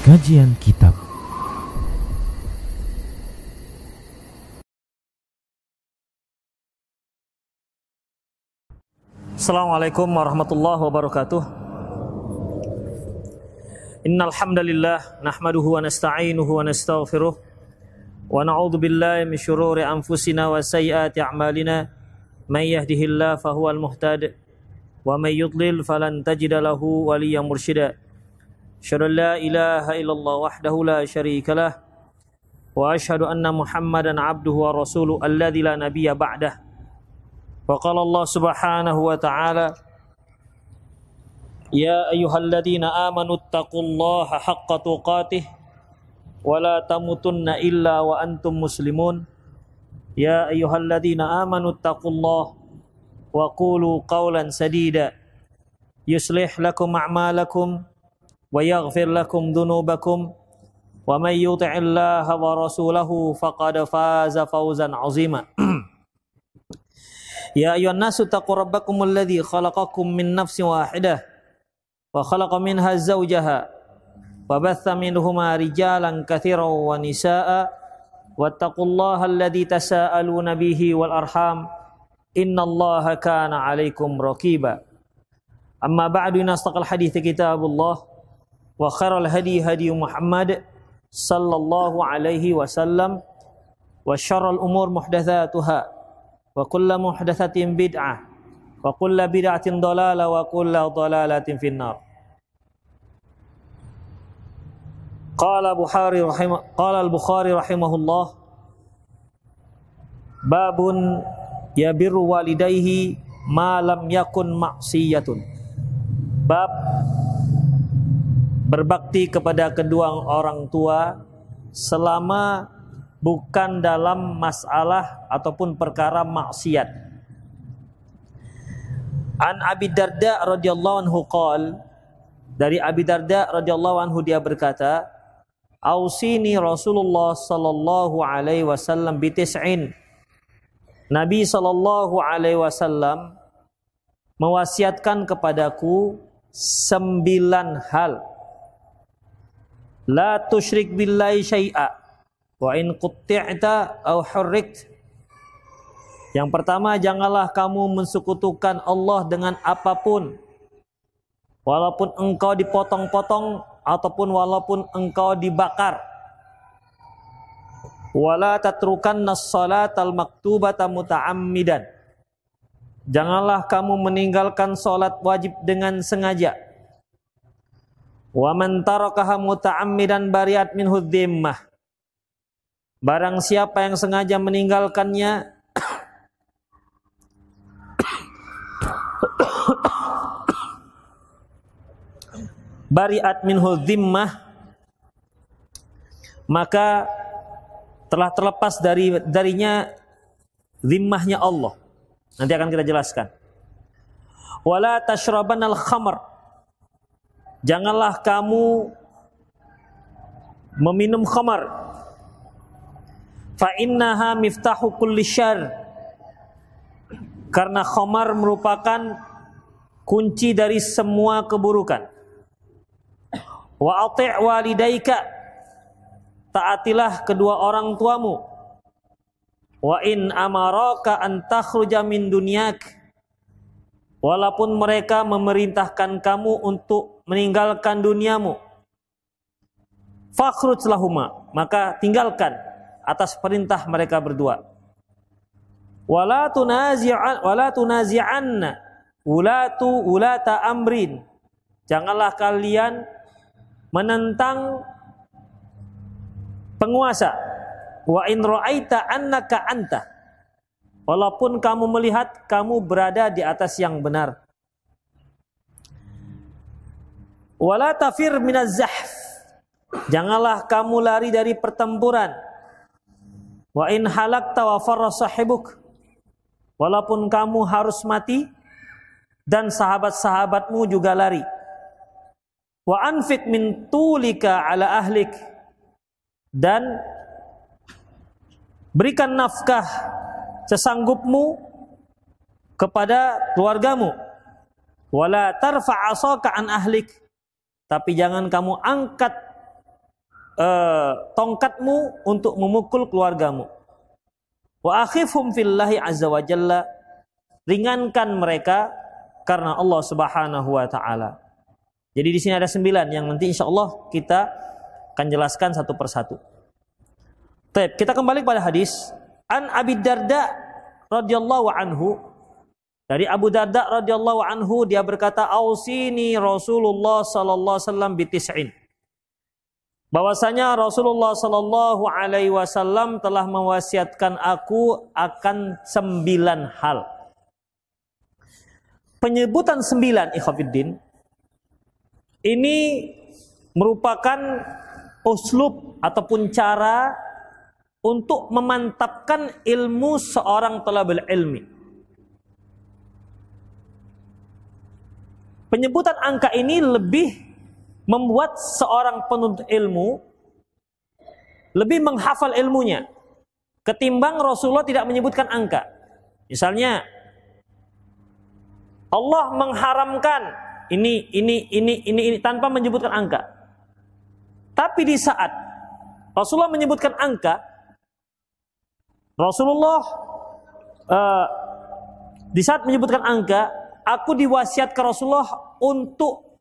Kajian Kitab. Assalamualaikum warahmatullahi wabarakatuh. Innal hamdalillah nahmaduhu wa nasta'inuhu wa nastaghfiruh wa na'udzu billahi min shururi anfusina wa sayyiati a'malina. May yahdihillahu fahuwal muhtadi wa may yudlil falan tajida lahu waliyyan mursyida. Asyhadu an la ilaha illallah wahdahu la syarika lah wa asyhadu anna Muhammadan 'abduhu wa rasuluhu alladzi la nabiyya ba'dah. Wa qala Allah subhanahu wa ta'ala, ya ayyuhalladzina amanu taqullaha haqqa tuqatih wa la tamutunna illa wa antum muslimun. Ya ayyuhalladzina amanu taqullaha wa qulu qawlan sadida yuslih lakum a'malakum wa yaghfir lakum dhunubakum wa may yuti'illaha wa rasulahu faqad faza fawzan 'azima. Ya ayyuhan nasu taqu rabbakumul ladzi khalaqakum min nafsin wahidah wa khalaqa minha zawjaha wa batha minhuma rijalan katsiran wa nisaa'a wattaqullaha alladzi tasaaluna bihi wal arham innallaha kana 'alaikum raqiba. Amma ba'du, nastaqal hadits kitabullah wa khairal hadi hadi Muhammad sallallahu alaihi wasallam wa syarrul umur muhdatsatuha wa kullu muhdatsatin bid'ah wa kullu bid'atin dhalalah wa kullu dhalalatin finnar. Qala al-Bukhari rahimahullah, babun yabirru walidayhi ma lam yakun ma'siyatun. Bab berbakti kepada kedua orang tua selama bukan dalam masalah ataupun perkara maksiat. An Abi Darda radhiyallahu anhu qala, dari Abi Darda radhiyallahu anhu dia berkata, ausini Rasulullah sallallahu alaihi wasallam bi tis'in. Nabi sallallahu alaihi wasallam mewasiatkan kepadaku 9 hal. La tusyrik billahi syai'a wa in qutti'ta aw hurrikt. Yang pertama, janganlah kamu mensekutukan Allah dengan apapun, walaupun engkau dipotong-potong ataupun walaupun engkau dibakar. Wala tatrukanna sholatal maktubata muta'ammidan. Janganlah kamu meninggalkan salat wajib dengan sengaja. Wa man tarakaha muta'ammidan bari'at minhu dhimmah. Barang siapa yang sengaja meninggalkannya bari'at minhu dhimmah, maka telah terlepas darinya zimmahnya Allah. Nanti akan kita jelaskan. Wala tashrabanal khamr. Janganlah kamu meminum khamar. Fa innaha miftahu kulli syarr. Karena khamar merupakan kunci dari semua keburukan. Wa ati' walidaika. Taatilah kedua orang tuamu. Wa in amaraka an takhruja min dunyak. Walaupun mereka memerintahkan kamu untuk meninggalkan duniamu, fakhruj lahuma, maka tinggalkan atas perintah mereka berdua. Wala tunazi'anna ulata amrin. Janganlah kalian menentang penguasa. Wa in ra'aita annaka anta. Walaupun kamu melihat kamu berada di atas yang benar. Wala tafir minaz zahf. Janganlah kamu lari dari pertempuran. Wa in halakta wa farra sahibuk. Walaupun kamu harus mati dan sahabat-sahabatmu juga lari. Wa anfiq min tulika ala ahlik. Dan berikan nafkah sesanggupmu kepada keluargamu. Wala tarfa' asaka an ahlik. Tapi jangan kamu angkat tongkatmu untuk memukul keluargamu. Wa akhifhum fillahi azza wa jalla, ringankan mereka karena Allah Subhanahu wa taala. Jadi di sini ada 9 yang nanti insyaallah kita akan jelaskan satu persatu. Baik, kita kembali kepada hadis An Abi Darda radhiyallahu anhu. Dari Abu Darda radhiyallahu anhu dia berkata, "Ausini Rasulullah sallallahu alaihi wasallam bi tis'in." Bahwasanya Rasulullah sallallahu alaihi wasallam telah mewasiatkan aku akan 9 hal. Penyebutan 9 ikhwatiddin ini merupakan uslub ataupun cara untuk memantapkan ilmu seorang thalabul ilmi. Penyebutan angka ini lebih membuat seorang penuntut ilmu lebih menghafal ilmunya ketimbang Rasulullah tidak menyebutkan angka. Misalnya Allah mengharamkan ini tanpa menyebutkan angka. Tapi di saat Rasulullah menyebutkan angka, Rasulullah di saat menyebutkan angka, aku diwasiatkan Rasulullah untuk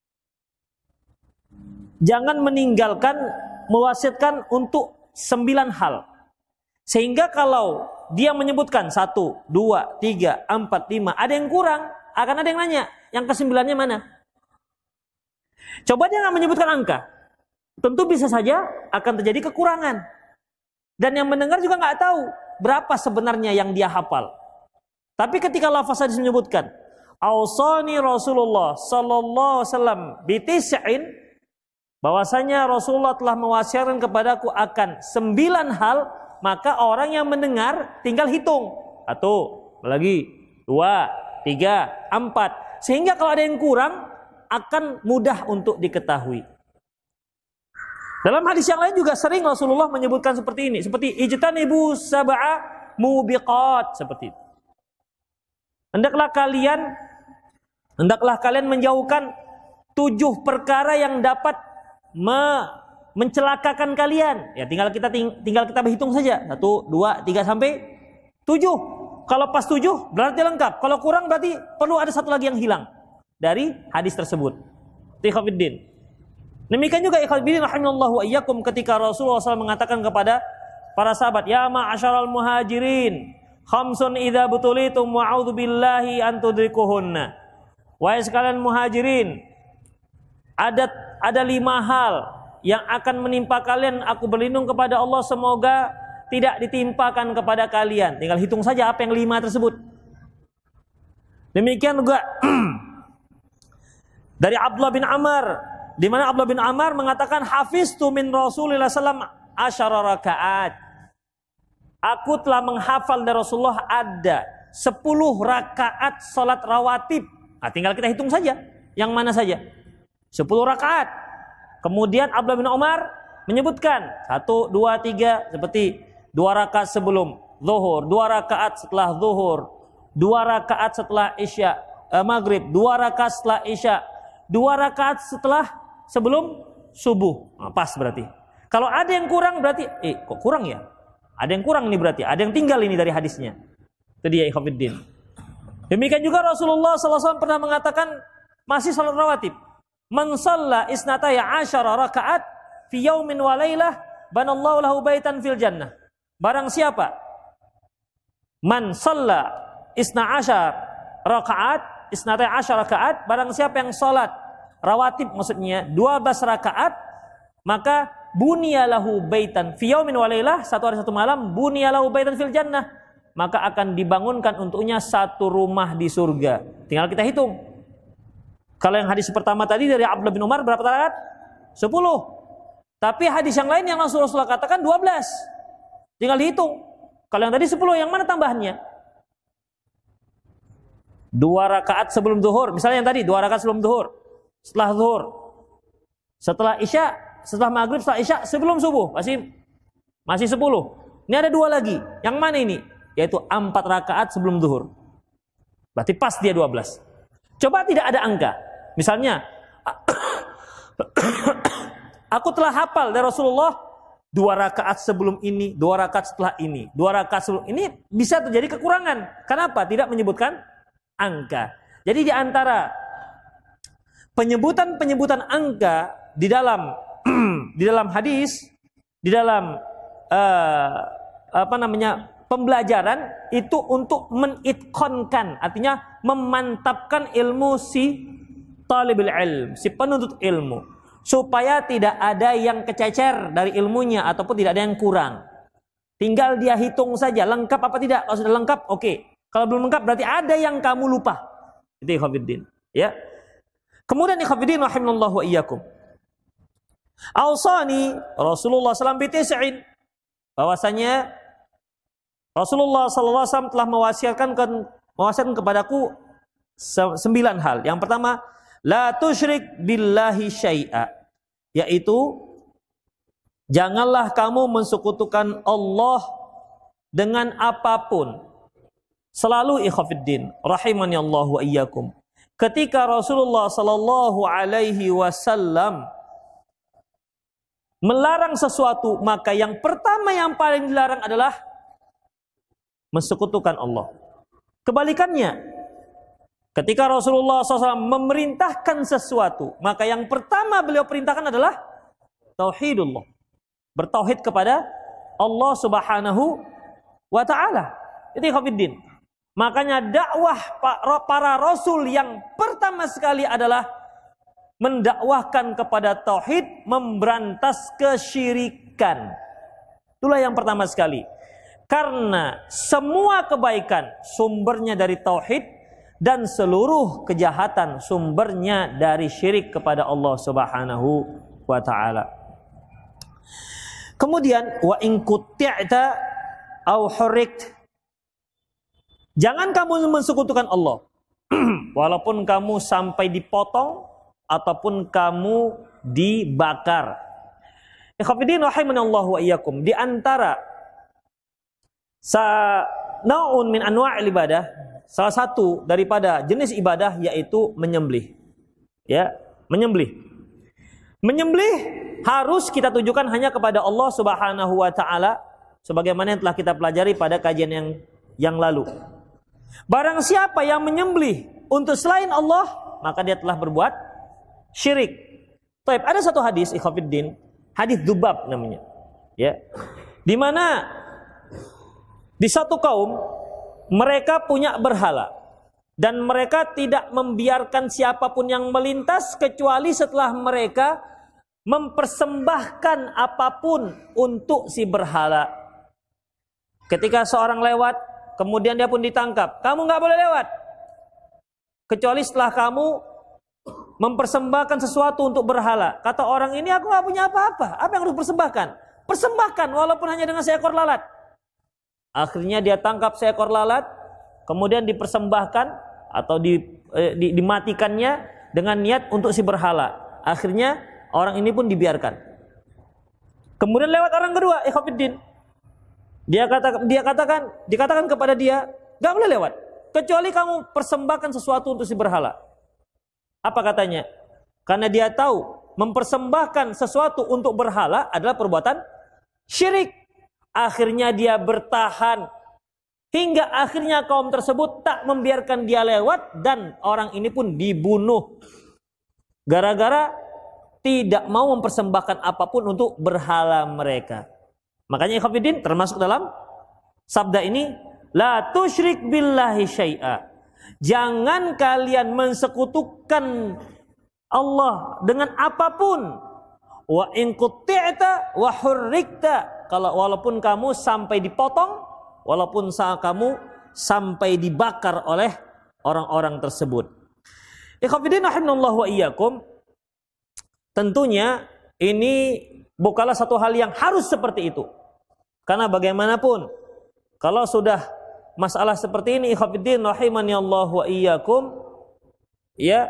jangan meninggalkan, mewasiatkan untuk 9 hal. Sehingga kalau dia menyebutkan 1, 2, 3, 4, 5, ada yang kurang, akan ada yang nanya, yang ke-9-nya mana? Coba dia nggak menyebutkan angka, tentu bisa saja akan terjadi kekurangan. Dan yang mendengar juga nggak tahu berapa sebenarnya yang dia hafal. Tapi ketika lafaz hadis menyebutkan, Ausani Rasulullah sallallahu alaihi wasallam bi tis'in, bahwasanya Rasulullah telah mewasiatkan kepadaku akan 9 hal, maka orang yang mendengar tinggal hitung. 1, lagi 2, 3, 4. Sehingga kalau ada yang kurang akan mudah untuk diketahui. Dalam hadis yang lain juga sering Rasulullah menyebutkan seperti ini, seperti ijtanibu sab'a mubiqat, seperti itu. Hendaklah kalian menjauhkan 7 perkara yang dapat mencelakakan kalian. Ya tinggal kita berhitung saja. 1, 2, 3 sampai 7. Kalau pas 7 berarti lengkap. Kalau kurang berarti perlu ada satu lagi yang hilang dari hadis tersebut. Ikhwatiddin. Demikian juga ikhwatiddin rahimallahu wa iyyakum ketika Rasulullah SAW mengatakan kepada para sahabat, ya ma'asyaral muhajirin, khamsun idza butulitum wa'udzu billahi an tudrikuhunna. Wahai sekalian muhajirin, ada 5 hal yang akan menimpa kalian, aku berlindung kepada Allah semoga tidak ditimpakan kepada kalian. Tinggal hitung saja apa yang 5 tersebut. Demikian juga dari Abdullah bin Amr, di mana Abdullah bin Amr mengatakan hafiztu min Rasulillah sallallahu alaihi wasallam 10 rakaat. Aku telah menghafal dari Rasulullah ada 10 rakaat salat rawatib. Nah, tinggal kita hitung saja yang mana saja. 10 rakaat. Kemudian Abdullah bin Umar menyebutkan 1, 2, 3 seperti 2 rakaat sebelum zuhur, 2 rakaat setelah zuhur, 2 rakaat setelah isya, maghrib, 2 rakaat setelah isya, 2 rakaat setelah sebelum subuh. Nah, pas berarti. Kalau ada yang kurang berarti kok kurang ya? Ada yang kurang ini berarti, ada yang tinggal ini dari hadisnya. Itu dia ikhwatiddin. Demikian juga Rasulullah SAW pernah mengatakan masih salat rawatib. Man shalla isnataya asyara rakaat fi yaumin wa lailah banallahu lahu baitan fil jannah. Barang siapa man shalla isna asyar rakaat, isnataya asyara rakaat, barang siapa yang salat rawatib maksudnya 12 rakaat, maka bunyalahu baitan fi yaumin wa lailah, satu hari satu malam, bunyalahu baitan fil jannah, maka akan dibangunkan untuknya satu rumah di surga. Tinggal kita hitung. Kalau yang hadis pertama tadi dari Abdullah bin Umar berapa rakaat? 10. Tapi hadis yang lain yang Rasulullah katakan 12. Tinggal dihitung. Kalau yang tadi 10, yang mana tambahannya? 2 rakaat sebelum zuhur. Misalnya yang tadi 2 rakaat sebelum zuhur. Setelah zuhur. Setelah isya, setelah maghrib, setelah isya, sebelum subuh. Masih 10. Ini ada 2 lagi. Yang mana ini? Yaitu 4 rakaat sebelum zuhur. Berarti pas dia 12. Coba tidak ada angka. Misalnya Aku telah hafal dari Rasulullah 2 rakaat sebelum ini, 2 rakaat setelah ini, 2 rakaat sebelum ini, bisa terjadi kekurangan. Kenapa? Tidak menyebutkan angka. Jadi di antara penyebutan angka di dalam di dalam hadis, di dalam pembelajaran itu untuk menitqankan, artinya memantapkan ilmu si talibul ilm, si penuntut ilmu, supaya tidak ada yang kececer dari ilmunya ataupun tidak ada yang kurang. Tinggal dia hitung saja lengkap apa tidak. Kalau sudah lengkap, oke. Kalau belum lengkap berarti ada yang kamu lupa. Itu ikhwatiddin, ya. Kemudian ikhwatiddin rahimanallahu wa iyyakum. Ausani Rasulullah SAW bitis'in, bahwasanya Rasulullah SAW telah mewasiatkan kepadaku 9 hal. Yang pertama, la tusyrik billahi syai'a, yaitu janganlah kamu mensekutukan Allah dengan apapun. Selalu ikhwatiddin rahimani Allah wa iyyakum, ketika Rasulullah sallallahu alaihi wasallam melarang sesuatu, maka yang pertama yang paling dilarang adalah mensekutukan Allah. Kebalikannya, ketika Rasulullah SAW memerintahkan sesuatu, maka yang pertama beliau perintahkan adalah tauhidullah, bertauhid kepada Allah Subhanahu wa ta'ala. Itu ikhwatiddin. Makanya dakwah para rasul yang pertama sekali adalah mendakwahkan kepada tauhid, memberantas kesyirikan. Itulah yang pertama sekali. Karena semua kebaikan sumbernya dari tauhid dan seluruh kejahatan sumbernya dari syirik kepada Allah Subhanahu wa taala. Kemudian wa in qutti'ta au hurikt, jangan kamu mensekutukan Allah walaupun kamu sampai dipotong ataupun kamu dibakar. Ikhwatiddin rahimanallahu wa iyyakum, di antara naun min anwa'il ibadah, salah satu daripada jenis ibadah yaitu menyembelih. Ya, menyembelih. Menyembelih harus kita tujukan hanya kepada Allah Subhanahu wa taala, sebagaimana yang telah kita pelajari pada kajian yang lalu. Barang siapa yang menyembelih untuk selain Allah, maka dia telah berbuat syirik. Taib, ada satu hadis ikhwatiddin, hadis Dzubab namanya. Ya. Di mana di satu kaum mereka punya berhala dan mereka tidak membiarkan siapapun yang melintas kecuali setelah mereka mempersembahkan apapun untuk si berhala. Ketika seorang lewat, kemudian dia pun ditangkap, kamu nggak boleh lewat kecuali setelah kamu mempersembahkan sesuatu untuk berhala. Kata orang ini, aku nggak punya apa-apa. Apa yang harus persembahkan? Persembahkan walaupun hanya dengan seekor lalat. Akhirnya dia tangkap seekor lalat, kemudian dipersembahkan atau dimatikannya dengan niat untuk si berhala. Akhirnya orang ini pun dibiarkan. Kemudian lewat orang kedua, ikhwatiddin. Dikatakan kepada dia, nggak boleh lewat kecuali kamu persembahkan sesuatu untuk si berhala. Apa katanya? Karena dia tahu mempersembahkan sesuatu untuk berhala adalah perbuatan syirik. Akhirnya dia bertahan hingga akhirnya kaum tersebut tak membiarkan dia lewat dan orang ini pun dibunuh gara-gara tidak mau mempersembahkan apapun untuk berhala mereka. Makanya ikhwatiddin termasuk dalam sabda ini, la tusyrik billahi syai'a. Jangan kalian mensekutukan Allah dengan apapun. Wa in qutti'ta wa hurrikta, kalau walaupun kamu sampai dipotong, walaupun kamu sampai dibakar oleh orang-orang tersebut. Ikhwatiddin rahimanallahu wa iyyakum, tentunya ini bukanlah satu hal yang harus seperti itu. Karena bagaimanapun kalau sudah masalah seperti ini, ikhwatiddin rahimani Allah wa iyyakum, ya,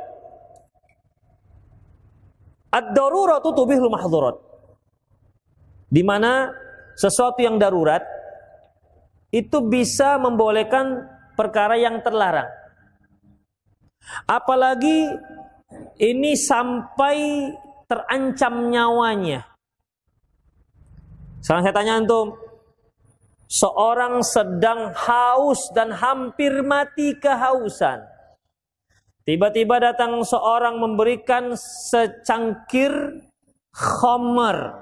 ad-daruratu tubihul mahdhurat. Di mana sesuatu yang darurat itu bisa membolehkan perkara yang terlarang. Apalagi ini sampai terancam nyawanya. Sekarang saya tanya antum, seorang sedang haus dan hampir mati kehausan. Tiba-tiba datang seorang memberikan secangkir khamar.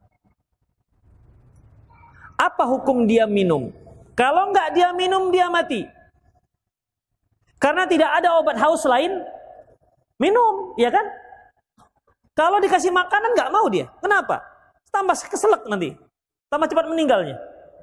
Apa hukum dia minum? Kalau enggak dia minum, dia mati. Karena tidak ada obat haus lain, minum, ya kan? Kalau dikasih makanan enggak mau dia. Kenapa? Tambah keselak nanti. Tambah cepat meninggalnya.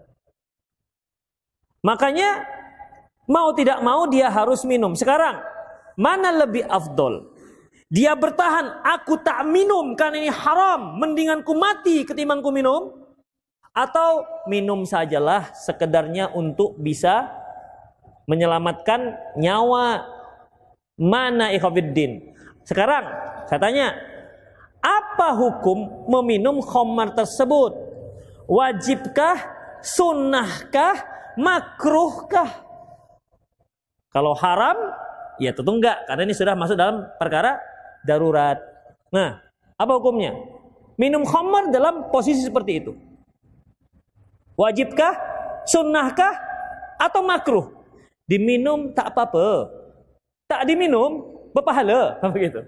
Makanya mau tidak mau dia harus minum. Sekarang, mana lebih afdol? Dia bertahan, aku tak minum karena ini haram, mendingan ku mati ketimbang ku minum. Atau minum sajalah sekedarnya untuk bisa menyelamatkan nyawa. Mana ikhwafiddin? Sekarang saya tanya, apa hukum meminum khamar tersebut? Wajibkah? Sunnahkah? Makruhkah? Kalau haram, ya tentu enggak, karena ini sudah masuk dalam perkara darurat. Nah, apa hukumnya? Minum khamar dalam posisi seperti itu. Wajibkah? Sunnahkah? Atau makruh? Diminum tak apa-apa. Tak diminum berpahala. Begitu.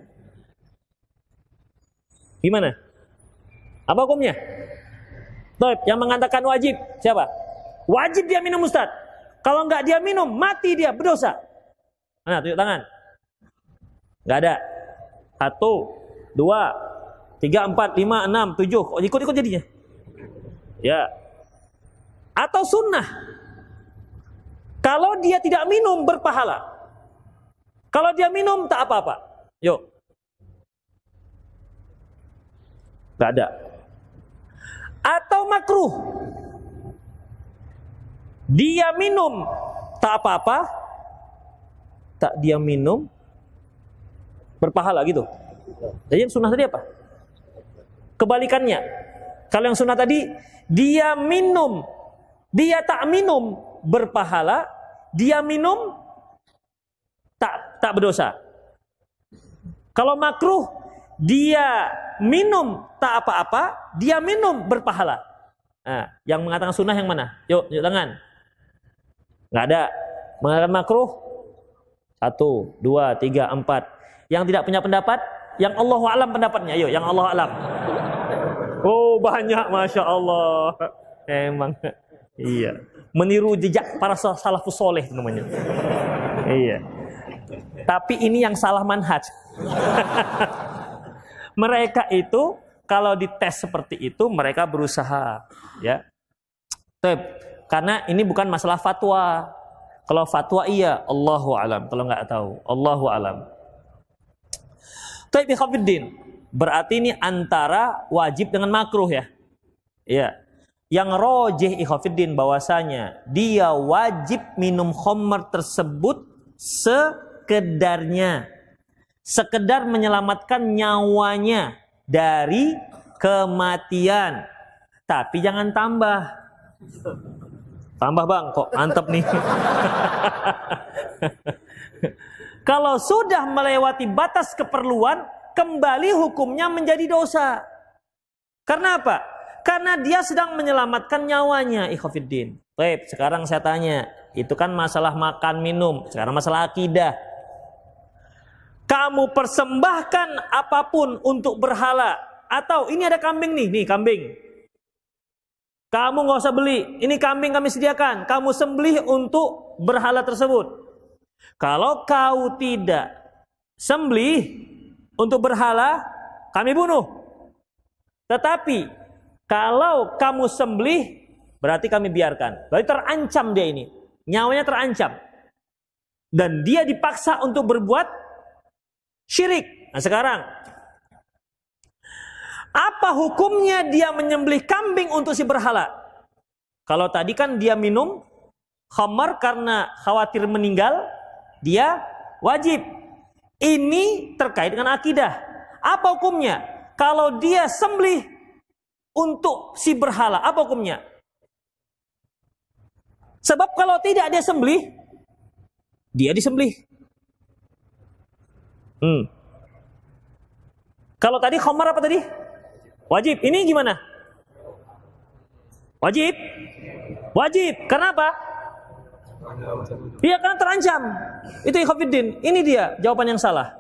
Gimana? Apa hukumnya? Baik, yang mengatakan wajib siapa? Wajib dia minum, Ustaz. Kalau enggak dia minum, mati dia, berdosa. Mana tunjuk tangan? Enggak ada. 1, 2, 3, 4, 5, 6, 7. Ikut-ikut jadinya. Ya. Atau sunnah. Kalau dia tidak minum berpahala. Kalau dia minum tak apa-apa. Yuk. Gak ada. Atau makruh. Dia minum tak apa-apa. Tak dia minum berpahala gitu. Jadi yang sunnah tadi apa? Kebalikannya. Kalau yang sunnah tadi, dia minum, dia tak minum berpahala, dia minum tak berdosa. Kalau makruh, dia minum tak apa-apa, dia minum berpahala. Nah, yang mengatakan sunnah yang mana? Yuk, yuk tangan. Nggak ada. Mengatakan makruh 1, 2, 3, 4. Yang tidak punya pendapat, yang Allahu a'lam pendapatnya. Yuk, yang Allahu a'lam. Oh, banyak, masya Allah. Emang, iya. Meniru jejak para salafus soleh namanya. Iya. Tapi ini yang salah manhaj. Mereka itu kalau dites seperti itu mereka berusaha, ya. Karena ini bukan masalah fatwa. Kalau fatwa iya, Allahu a'lam. Kalau nggak tahu, Allahu a'lam. Taib ikhwafiddin, berarti ini antara wajib dengan makruh ya. Iya. Yang rojih ikhwafiddin bahwasanya dia wajib minum khamar tersebut sekedarnya. Sekedar menyelamatkan nyawanya dari kematian. Tapi jangan tambah. Tambah bang, kok mantep nih. Kalau sudah melewati batas keperluan, kembali hukumnya menjadi dosa. Karena apa? Karena dia sedang menyelamatkan nyawanya, ikhwafiddin. Baik, sekarang saya tanya, itu kan masalah makan minum, sekarang masalah akidah. Kamu persembahkan apapun untuk berhala, atau ini ada kambing nih kambing. Kamu nggak usah beli, ini kambing kami sediakan, kamu sembelih untuk berhala tersebut. Kalau kau tidak sembelih untuk berhala, kami bunuh. Tetapi kalau kamu sembelih, berarti kami biarkan. Berarti terancam dia ini. Nyawanya terancam. Dan dia dipaksa untuk berbuat syirik. Nah sekarang, apa hukumnya dia menyembelih kambing untuk si berhala? Kalau tadi kan dia minum khamar karena khawatir meninggal, dia wajib. Ini terkait dengan akidah. Apa hukumnya? Kalau dia sembelih untuk si berhala, apa hukumnya? Sebab kalau tidak dia sembelih, dia disembelih. Kalau tadi khamar apa tadi? Wajib. Ini gimana? Wajib? Wajib. Kenapa? Iya, karena terancam. Itu ikhwafiddin. Ini dia jawaban yang salah.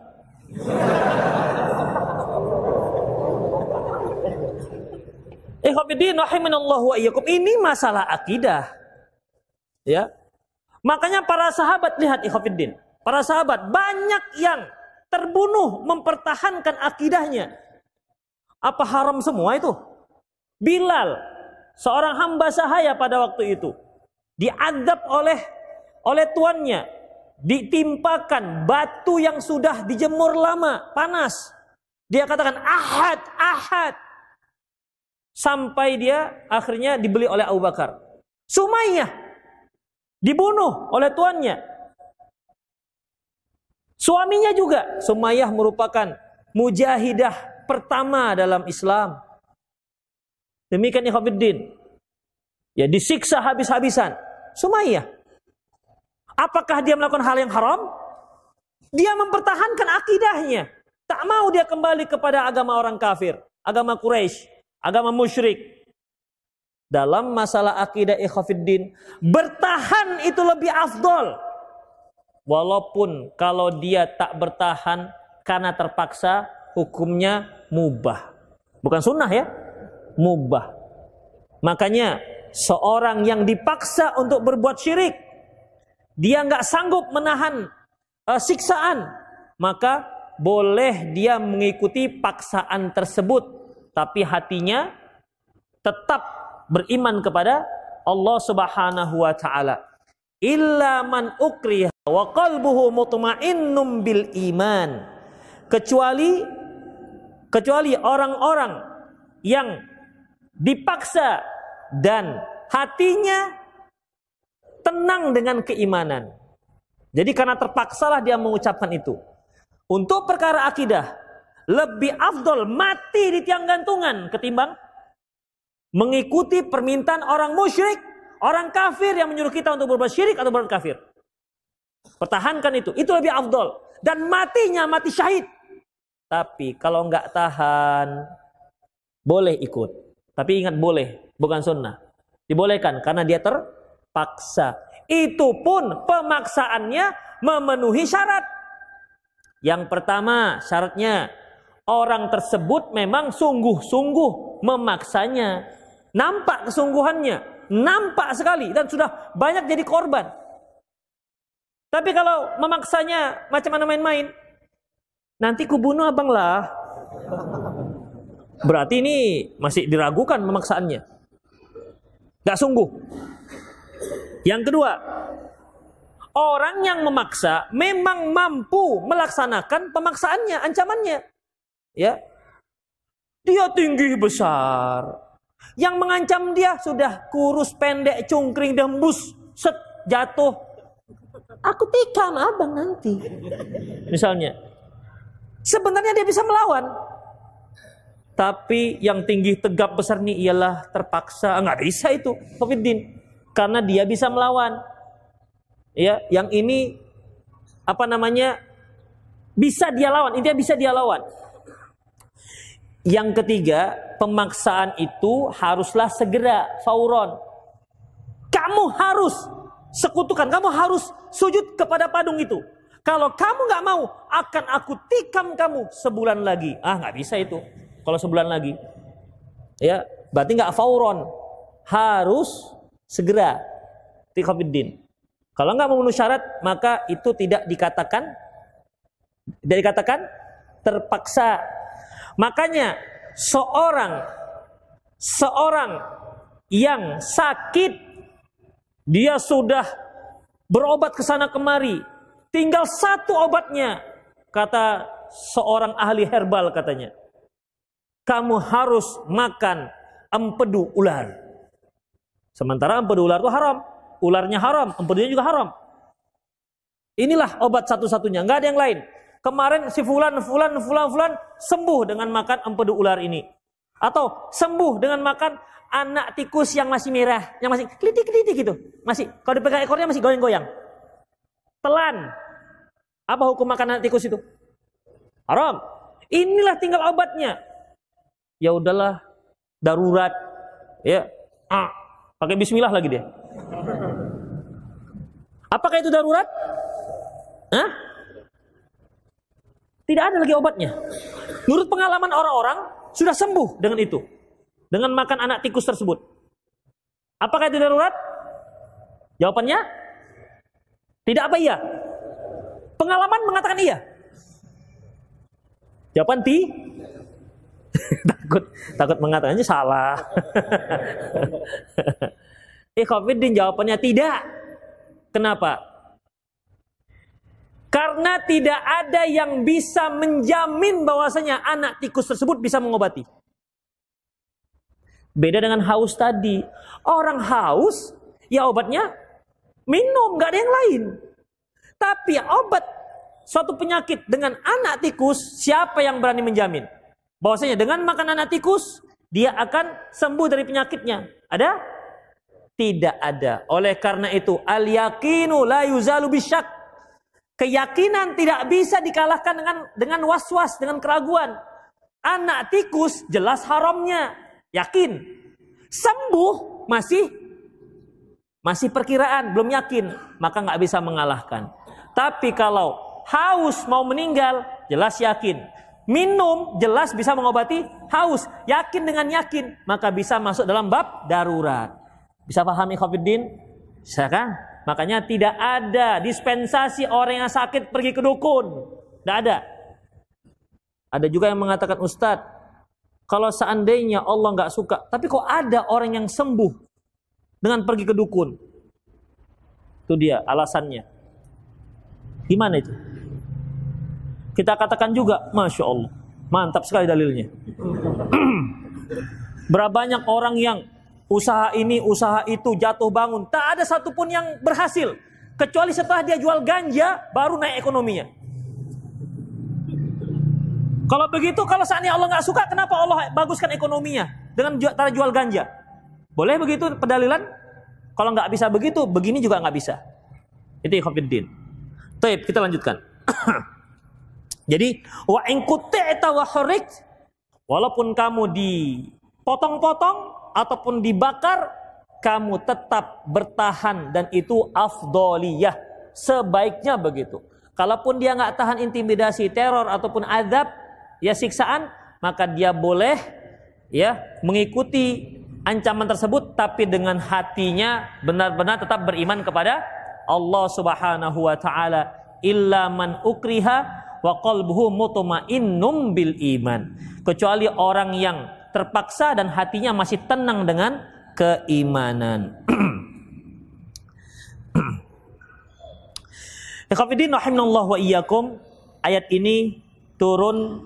Ikhwafiddin rahimanallahu wa iyyakum. Ini masalah akidah. Ya. Makanya para sahabat, lihat ikhwafiddin. Para sahabat banyak yang terbunuh mempertahankan akidahnya. Apa haram semua itu? Bilal, seorang hamba sahaya pada waktu itu, diadab oleh tuannya, ditimpakan batu yang sudah dijemur lama, panas. Dia katakan ahad, ahad. Sampai dia akhirnya dibeli oleh Abu Bakar. Sumayyah dibunuh oleh tuannya. Suaminya juga. Sumayyah merupakan mujahidah pertama dalam Islam. Demikian ikhwafiddin. Ya, disiksa habis-habisan. Sumayyah. Apakah dia melakukan hal yang haram? Dia mempertahankan akidahnya. Tak mau dia kembali kepada agama orang kafir, agama Quraisy, agama musyrik. Dalam masalah akidah ikhwafiddin, bertahan itu lebih afdol. Walaupun kalau dia tak bertahan karena terpaksa, hukumnya mubah. Bukan sunnah ya, mubah. Makanya seorang yang dipaksa untuk berbuat syirik, dia nggak sanggup menahan siksaan, maka boleh dia mengikuti paksaan tersebut, tapi hatinya tetap beriman kepada Allah Subhanahu wa taala. Illa man ukriha wa qalbuhu mutmainnum bil iman. Kecuali orang-orang yang dipaksa dan hatinya tenang dengan keimanan. Jadi karena terpaksalah dia mengucapkan itu. Untuk perkara akidah, lebih afdol mati di tiang gantungan ketimbang mengikuti permintaan orang musyrik, orang kafir yang menyuruh kita untuk berbuat syirik atau berbuat kafir. Pertahankan itu lebih afdol. Dan matinya mati syahid. Tapi kalau nggak tahan, boleh ikut. Tapi ingat boleh, bukan sunnah. Dibolehkan karena dia terpaksa. Itu pun pemaksaannya memenuhi syarat. Yang pertama syaratnya, orang tersebut memang sungguh-sungguh memaksanya. Nampak kesungguhannya, nampak sekali dan sudah banyak jadi korban. Tapi kalau memaksanya macam mana main-main, nanti kubunuh abang lah. Berarti ini masih diragukan memaksaannya. Gak sungguh. Yang kedua, orang yang memaksa memang mampu melaksanakan pemaksaannya, ancamannya. Ya, dia tinggi besar. Yang mengancam dia sudah kurus, pendek, cungkring, dembus, set, jatuh. Aku tikam abang nanti. Misalnya. Sebenarnya dia bisa melawan. Tapi yang tinggi tegap besar ini ialah terpaksa. Nggak bisa itu. Khofiddin. Karena dia bisa melawan. Ya, yang ini bisa dia lawan. Intinya bisa dia lawan. Yang ketiga, pemaksaan itu haruslah segera, fauron. Kamu harus sekutukan, kamu harus sujud kepada padung itu. Kalau kamu nggak mau, akan aku tikam kamu sebulan lagi. Nggak bisa itu. Kalau sebulan lagi, ya berarti nggak fauron, harus segera. Tikhafiddin. Kalau nggak memenuhi syarat, maka itu tidak dikatakan terpaksa. Makanya seorang yang sakit, dia sudah berobat ke sana kemari, tinggal satu obatnya, kata seorang ahli herbal katanya, kamu harus makan empedu ular. Sementara empedu ular itu haram, ularnya haram, empedunya juga haram. Inilah obat satu-satunya, nggak ada yang lain. Kemarin si fulan sembuh dengan makan empedu ular ini. Atau sembuh dengan makan anak tikus yang masih merah, yang masih kelitik-kelitik gitu. Masih, kalau dipegang ekornya masih goyang-goyang. Telan. Apa hukum makan anak tikus itu? Haram. Inilah tinggal obatnya. Ya udahlah, darurat. Ya, pakai bismillah lagi dia. Apakah itu darurat? Hah? Tidak ada lagi obatnya. Menurut pengalaman orang-orang sudah sembuh dengan itu, dengan makan anak tikus tersebut. Apakah itu darurat? Jawabannya tidak apa iya? Pengalaman mengatakan iya. Jawaban takut mengatakannya salah. Ikhwafiddin, jawabannya tidak. Kenapa? Karena tidak ada yang bisa menjamin bahwasanya anak tikus tersebut bisa mengobati. Beda dengan haus tadi. Orang haus, ya obatnya minum, nggak ada yang lain. Tapi obat suatu penyakit dengan anak tikus, siapa yang berani menjamin bahwasanya dengan makan anak tikus dia akan sembuh dari penyakitnya? Ada? Tidak ada. Oleh karena itu, al-yaqinu la yuzalu bisyak. Keyakinan tidak bisa dikalahkan dengan was-was, dengan keraguan. Anak tikus jelas haramnya, yakin. Sembuh masih perkiraan, belum yakin, maka nggak bisa mengalahkan. Tapi kalau haus mau meninggal, jelas yakin. Minum jelas bisa mengobati haus, yakin dengan yakin, maka bisa masuk dalam bab darurat. Bisa pahami Khofiddin? Bisa kan? Makanya tidak ada dispensasi orang yang sakit pergi ke dukun. Tidak ada. Ada juga yang mengatakan, Ustadz, kalau seandainya Allah nggak suka, tapi kok ada orang yang sembuh dengan pergi ke dukun? Itu dia alasannya. Gimana itu? Kita katakan juga, Masya Allah, mantap sekali dalilnya. Berapa banyak orang yang usaha ini, usaha itu, jatuh bangun, tak ada satupun yang berhasil, kecuali setelah dia jual ganja, baru naik ekonominya. Kalau begitu, kalau seandainya Allah nggak suka, kenapa Allah baguskan ekonominya dengan cara jual ganja? Boleh begitu pendalilan? Kalau nggak bisa begitu, begini juga nggak bisa. Itu Khofiddin. Baik, kita lanjutkan. Jadi, wa in qut'ita wa hurik, walaupun kamu dipotong-potong ataupun dibakar, kamu tetap bertahan, dan itu afdoliyah, sebaiknya begitu. Kalaupun dia nggak tahan intimidasi, teror ataupun azab, ya siksaan, maka dia boleh ya mengikuti ancaman tersebut, tapi dengan hatinya benar-benar tetap beriman kepada Allah Subhanahu wa taala. Illa man ukriha wa qalbuhu mutmainnum bil iman. Kecuali orang yang terpaksa dan hatinya masih tenang dengan keimanan. Ikhwatiddin rahimanallah wa iyyakum. Ayat ini turun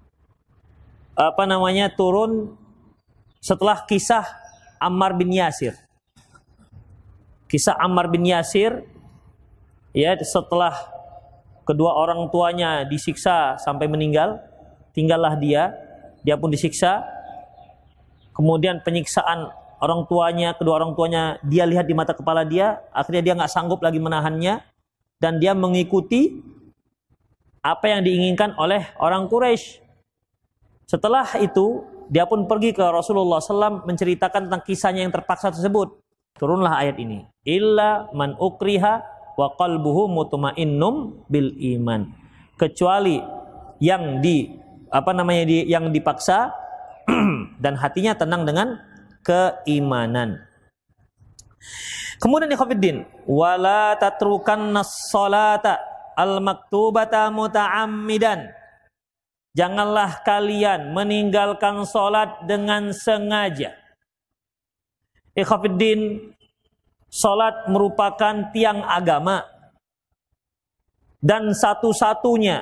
turun setelah kisah Ammar bin Yasir. Kisah Ammar bin Yasir, ya, setelah kedua orang tuanya disiksa sampai meninggal, tinggallah dia pun disiksa. Kemudian penyiksaan kedua orang tuanya dia lihat di mata kepala dia, akhirnya dia nggak sanggup lagi menahannya, dan dia mengikuti apa yang diinginkan oleh orang Quraisy. Setelah itu, dia pun pergi ke Rasulullah SAW menceritakan tentang kisahnya yang terpaksa tersebut. Turunlah ayat ini. Illa man ukriha wa qalbuhu mutmainnum bil iman. Kecuali yang yang dipaksa dan hatinya tenang dengan keimanan. Kemudian ikhwatiddin, wala tatrukannas salata al-maktubata muta'ammidan. Janganlah kalian meninggalkan salat dengan sengaja. Ikhwatiddin, salat merupakan tiang agama, dan satu-satunya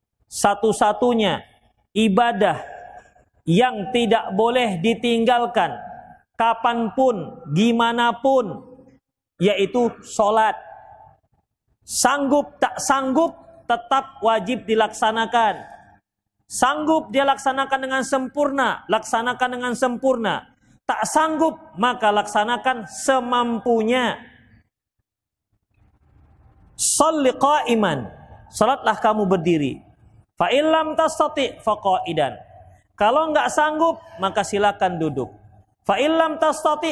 ibadah yang tidak boleh ditinggalkan kapanpun, gimanapun, yaitu salat. Sanggup tak sanggup, tetap wajib dilaksanakan. Sanggup dia laksanakan dengan sempurna, laksanakan dengan sempurna. Tak sanggup, maka laksanakan semampunya. Shalli qa'iman, salatlah kamu berdiri. Fa illam tastati faqaidan. Kalau enggak sanggup maka silakan duduk. Fa illam tastati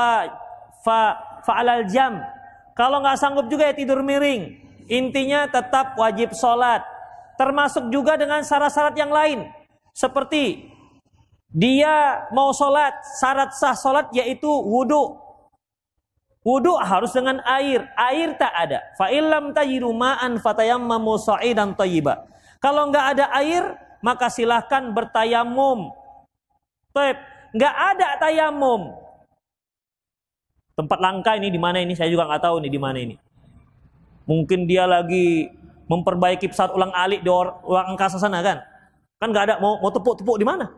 fa alal jam. Kalau enggak sanggup juga ya tidur miring. Intinya tetap wajib sholat. Termasuk juga dengan syarat-syarat yang lain. Seperti dia mau sholat, syarat sah sholat yaitu wudu. Wudu harus dengan air. Air tak ada. Fa illam tajidu ma'an fatayammamu sha'idan thayyiba. Kalau enggak ada air, maka silahkan bertayamum. Baik, enggak ada tayamum. Tempat langka ini di mana ini? Saya juga enggak tahu nih di mana ini. Mungkin dia lagi memperbaiki pesawat ulang-alik di ruang angkasa sana kan? Kan enggak ada mau tepuk-tepuk di mana?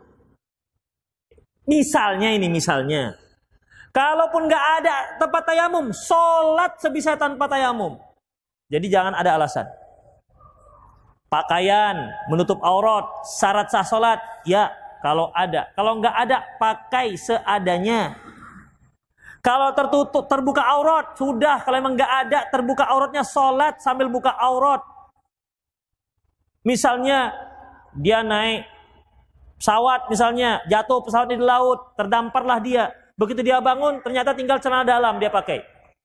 Misalnya. Kalaupun nggak ada tempat tayamum, sholat sebisa tanpa tayamum. Jadi jangan ada alasan. Pakaian, menutup aurat, syarat sah sholat, ya kalau ada. Kalau nggak ada, pakai seadanya. Kalau terbuka aurat, sudah. Kalau emang nggak ada, terbuka auratnya sholat sambil buka aurat. Misalnya dia naik pesawat, misalnya jatuh pesawat di laut, terdamparlah dia. Begitu dia bangun, ternyata tinggal celana dalam dia pakai.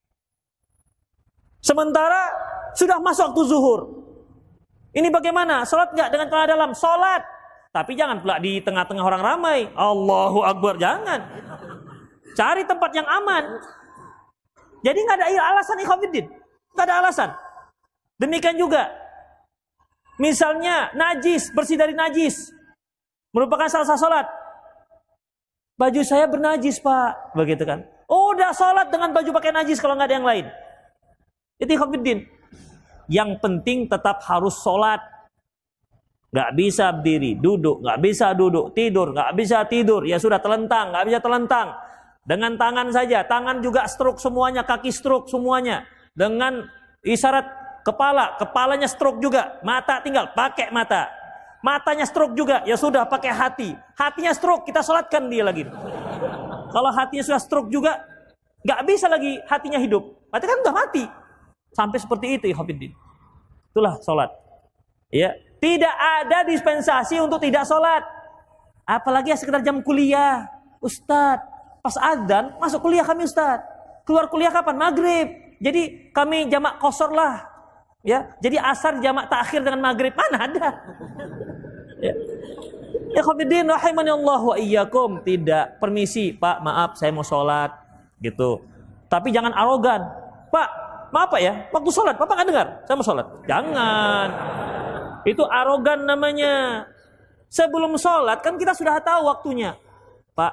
Sementara sudah masuk waktu zuhur. Ini bagaimana? Sholat nggak dengan celana dalam? Sholat. Tapi jangan pula di tengah-tengah orang ramai. Allahu Akbar, jangan. Cari tempat yang aman. Jadi nggak ada alasan ikhwatiddin. Nggak ada alasan. Demikian juga. Misalnya najis, bersih dari najis. Merupakan salah satu sholat. Baju saya bernajis pak, begitu kan? Udah sholat dengan baju pakai najis kalau nggak ada yang lain. Itu ikhwatiddin. Yang penting tetap harus sholat. Nggak bisa berdiri, duduk, nggak bisa duduk, tidur, nggak bisa tidur. Ya sudah telentang, nggak bisa telentang. Dengan tangan saja, tangan juga stroke semuanya, kaki stroke semuanya. Dengan isyarat kepalanya stroke juga. Mata tinggal pakai mata. Matanya stroke juga, ya sudah pakai hati. Hatinya stroke, kita sholatkan dia lagi. Kalau hatinya sudah stroke juga, nggak bisa lagi hatinya hidup. Berarti kan udah mati. Sampai seperti itu, ikhwatiddin. Itulah sholat. Ya, tidak ada dispensasi untuk tidak sholat. Apalagi ya sekitar jam kuliah. Ustadz, pas adzan masuk kuliah kami Ustadz. Keluar kuliah kapan? Maghrib. Jadi kami jamak qashar lah. Ya, jadi asar jamak takhir dengan maghrib. Mana ada? Ya. Ikhwatiddin rahimani Allah wa iyyakum. Tidak, permisi Pak, maaf saya mau sholat gitu. Tapi jangan arogan. Pak, maaf Pak ya, waktu sholat Bapak nggak dengar saya mau sholat. Jangan. Itu arogan namanya. Sebelum sholat kan kita sudah tahu waktunya. Pak,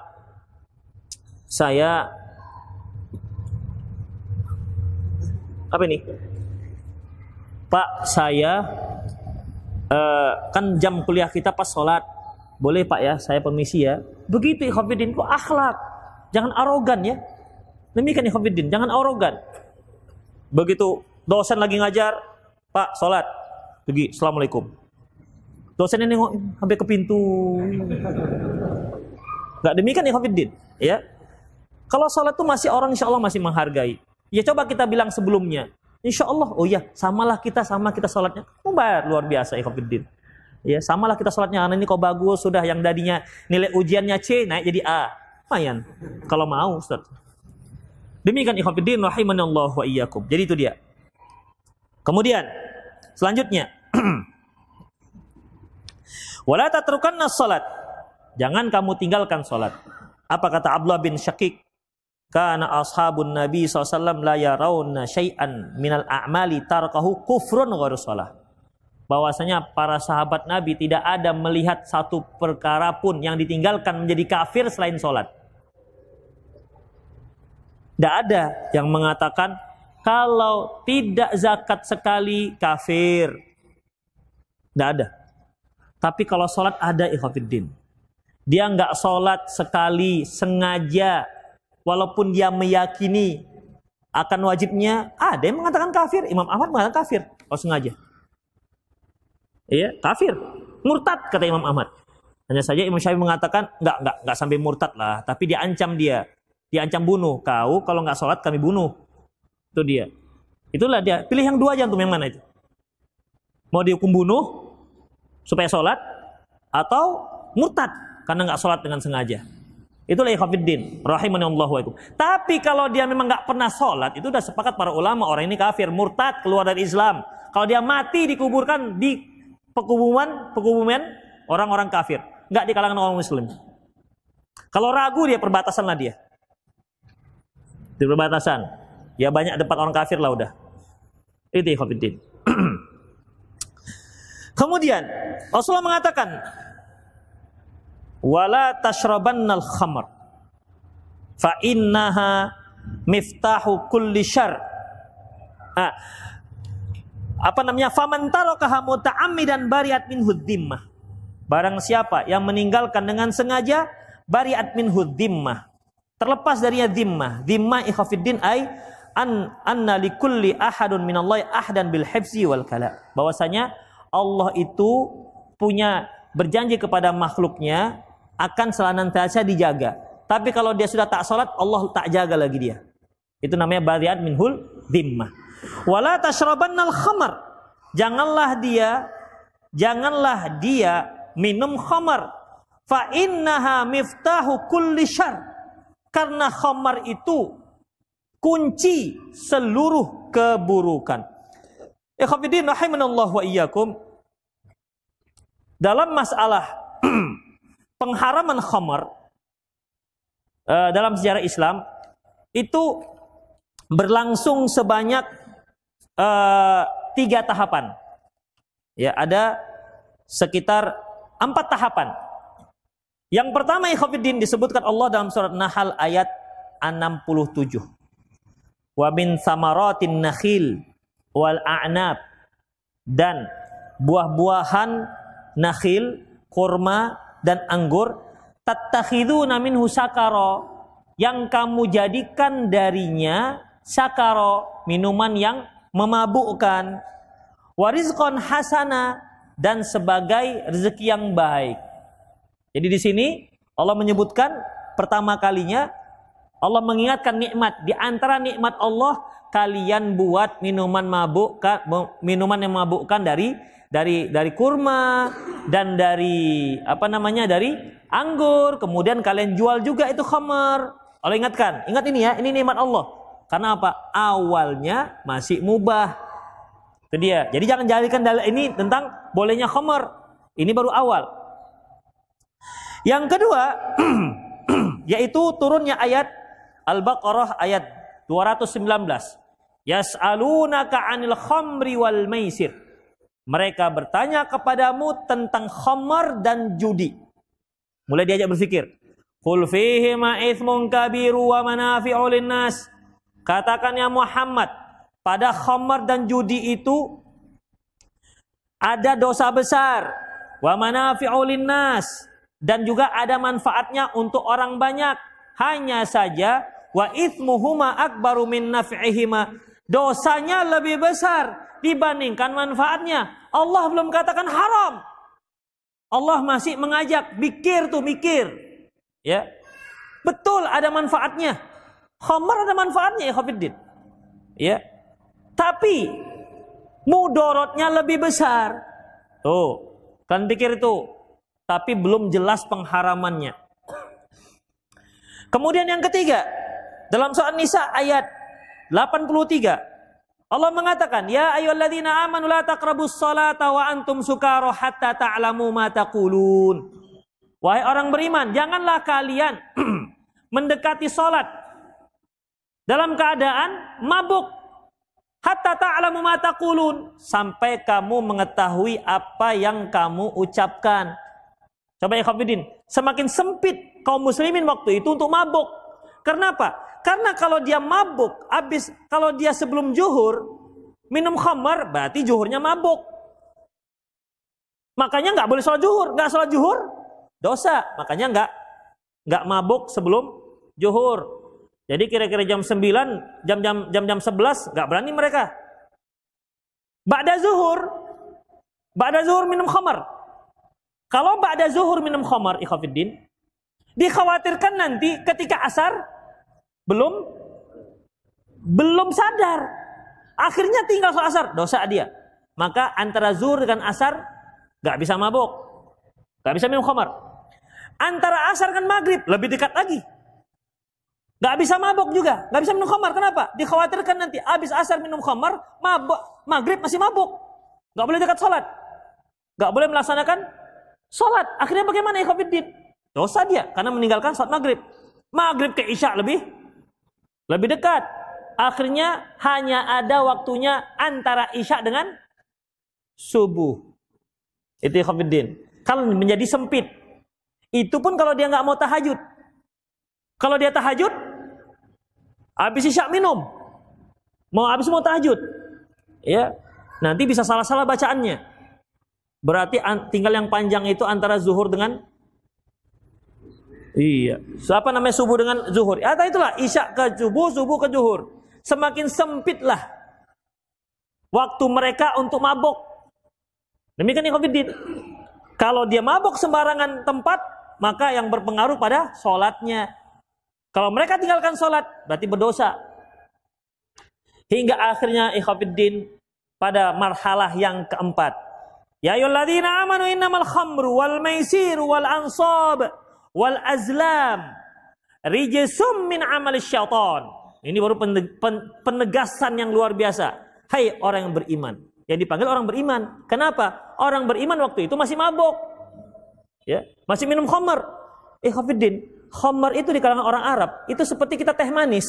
saya apa ini? Pak, saya kan jam kuliah kita pas sholat. Boleh Pak ya, saya permisi ya. Begitu ikhwatiddin, kok akhlak. Jangan arogan ya. Demikian ikhwatiddin, jangan arogan. Begitu dosen lagi ngajar, Pak, sholat. Pergi, assalamualaikum. Dosennya nengok sampai ke pintu. Gak demikian ikhwatiddin, ya. Kalau sholat tuh masih orang insya Allah masih menghargai. Ya coba kita bilang sebelumnya. Insya Allah, oh ya, samalah kita sholatnya. Bayar luar biasa, ikhwatiddin. Ya, samalah kita sholatnya. Anak ini kok bagus, sudah yang tadinya nilai ujiannya C naik jadi A. Lumayan. Kalau mau, Ustaz. Demikian ikhwatiddin rahimanallahu wa iyyakum. Jadi itu dia. Kemudian selanjutnya, wala tatrukanna shalat. Jangan kamu tinggalkan salat. Apa kata Abdullah bin Syaqiq? Kana ashabun Nabi SAW la yarawna syai'an minal a'mali tarkahu kufrun ghairu shalah. Bahwasanya para sahabat Nabi tidak ada melihat satu perkara pun yang ditinggalkan menjadi kafir selain salat. Tidak ada yang mengatakan kalau tidak zakat sekali kafir. Tidak ada. Tapi kalau salat ada, ikhwatiddin. Dia enggak salat sekali sengaja. Walaupun dia meyakini akan wajibnya, ada yang mengatakan kafir. Imam Ahmad mengatakan kafir kalau sengaja. Iya, kafir. Murtad kata Imam Ahmad. Hanya saja Imam Syafi'i mengatakan enggak sampai murtad lah, tapi diancam dia. Diancam bunuh. Kau kalau enggak sholat kami bunuh. Itu dia. Itulah dia. Pilih yang dua aja, untuk yang mana itu? Mau dihukum bunuh supaya sholat, atau murtad karena nggak sholat dengan sengaja. Itulah ikhwatiddin rahimanallahu wa iyyakum. Tapi kalau dia memang nggak pernah sholat, itu udah sepakat para ulama, orang ini kafir, murtad, keluar dari Islam. Kalau dia mati dikuburkan di pekuburan orang-orang kafir, nggak di kalangan orang muslim. Kalau ragu dia perbatasan lah dia. Di perbatasan. Ya banyak tempat orang kafir lah udah. Itu ikhwatiddin. Kemudian Rasulullah mengatakan, wala tashrabannal khamr fa innaha miftahu kulli syarr. Faman tarakaha muta'ammidan bari'at minhu dhimmah. Barang siapa yang meninggalkan dengan sengaja, bari'at minhu dhimmah, terlepas darinya dhimmah. Dhimmah ikhwatiddin ay anna likulli ahadun minallahi ahdan bil hifzi wal kala. Bahwasanya Allah itu punya berjanji kepada makhluknya akan senantiasa dijaga. Tapi kalau dia sudah tak sholat, Allah tak jaga lagi dia. Itu namanya bari'at minhul dhimmah. Wala tashrabannal khamar. Janganlah dia minum khamar. Fa innaha miftahu kulli syarr. Karena khamar itu kunci seluruh keburukan. Ikhwatiddin rahimanallahu wa iyyakum. Dalam masalah pengharaman khamar dalam sejarah Islam itu berlangsung sebanyak 3 tahapan. Ya, ada sekitar 4 tahapan. Yang pertama ikhwatiddin disebutkan Allah dalam surat Nahl ayat 67. Wa min samaratin nakhil wal a'nab, dan buah-buahan nakhil, kurma dan anggur, tattakhiduna minhu sakara, yang kamu jadikan darinya sakara, minuman yang memabukkan, warizqan hasana, dan sebagai rezeki yang baik. Jadi di sini Allah menyebutkan pertama kalinya Allah mengingatkan nikmat. Di antara nikmat Allah, kalian buat minuman yang memabukkan dari kurma dan dari dari anggur, kemudian kalian jual juga itu khamar. Allah ingatkan, ingat ini ya, ini nikmat Allah. Karena apa? Awalnya masih mubah. Itu dia. Jadi jangan jadikan dalil ini tentang bolehnya khamar. Ini baru awal. Yang kedua yaitu turunnya ayat Al-Baqarah ayat 219. Yas'alunaka 'anil khamri wal maisir. Mereka bertanya kepadamu tentang khamar dan judi. Mulai diajak berpikir. Qul fihima itsmun kabiru wa manafi'u linnas. Katakan ya Muhammad, pada khamar dan judi itu ada dosa besar, wa manafi'u linnas, dan juga ada manfaatnya untuk orang banyak. Hanya saja wa itsmuhuma akbaru min naf'ihima. Dosanya lebih besar dibandingkan manfaatnya. Allah belum katakan haram. Allah masih mengajak, mikir. Ya. Betul ada manfaatnya. Khamar ada manfaatnya ya Khafiddin. Ya. Tapi mudorotnya lebih besar. Tuh, kan pikir itu. Tapi belum jelas pengharamannya. Kemudian yang ketiga, dalam surat Nisa ayat 83, Allah mengatakan, ya ayyuhalladzina amanu la taqrabus salata wa antum sukara hatta ta'lamu ma taqulun. Wahai orang beriman, janganlah kalian mendekati salat dalam keadaan mabuk, hatta ta'lamu ma taqulun, sampai kamu mengetahui apa yang kamu ucapkan. Coba ya Khafiddin, semakin sempit kaum muslimin waktu itu untuk mabuk. Kenapa? Karena kalau dia mabuk, kalau dia sebelum zuhur minum khamar, berarti zuhurnya mabuk. Makanya nggak boleh sholat zuhur, nggak sholat zuhur dosa. Makanya nggak mabuk sebelum zuhur. Jadi kira-kira jam 9, jam 11 nggak berani mereka. Ba'da zuhur minum khamar. Kalau ba'da zuhur minum khamar, ikhwatiddin, dikhawatirkan nanti ketika asar belum sadar. Akhirnya tinggal sholat asar, dosa dia. Maka antara zuhur dengan asar nggak bisa mabuk, nggak bisa minum khamar. Antara asar dan maghrib lebih dekat lagi, nggak bisa mabuk juga, nggak bisa minum khamar. Kenapa? Dikhawatirkan nanti habis asar minum khamar, mabuk, maghrib masih mabuk, nggak boleh dekat sholat, nggak boleh melaksanakan sholat. Akhirnya bagaimana ikhwatiddin? Dosa dia karena meninggalkan sholat maghrib. Maghrib ke isya lebih dekat. Akhirnya hanya ada waktunya antara isya dengan subuh. Itu ikhwatiddin. Kalau menjadi sempit, itu pun kalau dia nggak mau tahajud. Kalau dia tahajud, habis isya minum, habis mau tahajud, ya nanti bisa salah-salah bacaannya. Berarti tinggal yang panjang itu antara zuhur dengan subuh dengan zuhur. Atau itulah isya ke subuh, subuh ke zuhur. Semakin sempitlah waktu mereka untuk mabuk. Demikian ikhwatiddin. Kalau dia mabuk sembarangan tempat, maka yang berpengaruh pada sholatnya. Kalau mereka tinggalkan sholat, berarti berdosa. Hingga akhirnya ikhwatiddin pada marhalah yang keempat. Ya ayyuhalladzina amanu innamal khamru wal maisiru wal ansab wal azlam rijsum min amalis syaitan. Ini baru penegasan yang luar biasa. Hai orang yang beriman. Yang dipanggil orang beriman. Kenapa? Orang beriman waktu itu masih mabuk. Ya, masih minum khamar. Ikhwatiddin, khamar itu di kalangan orang Arab itu seperti kita teh manis.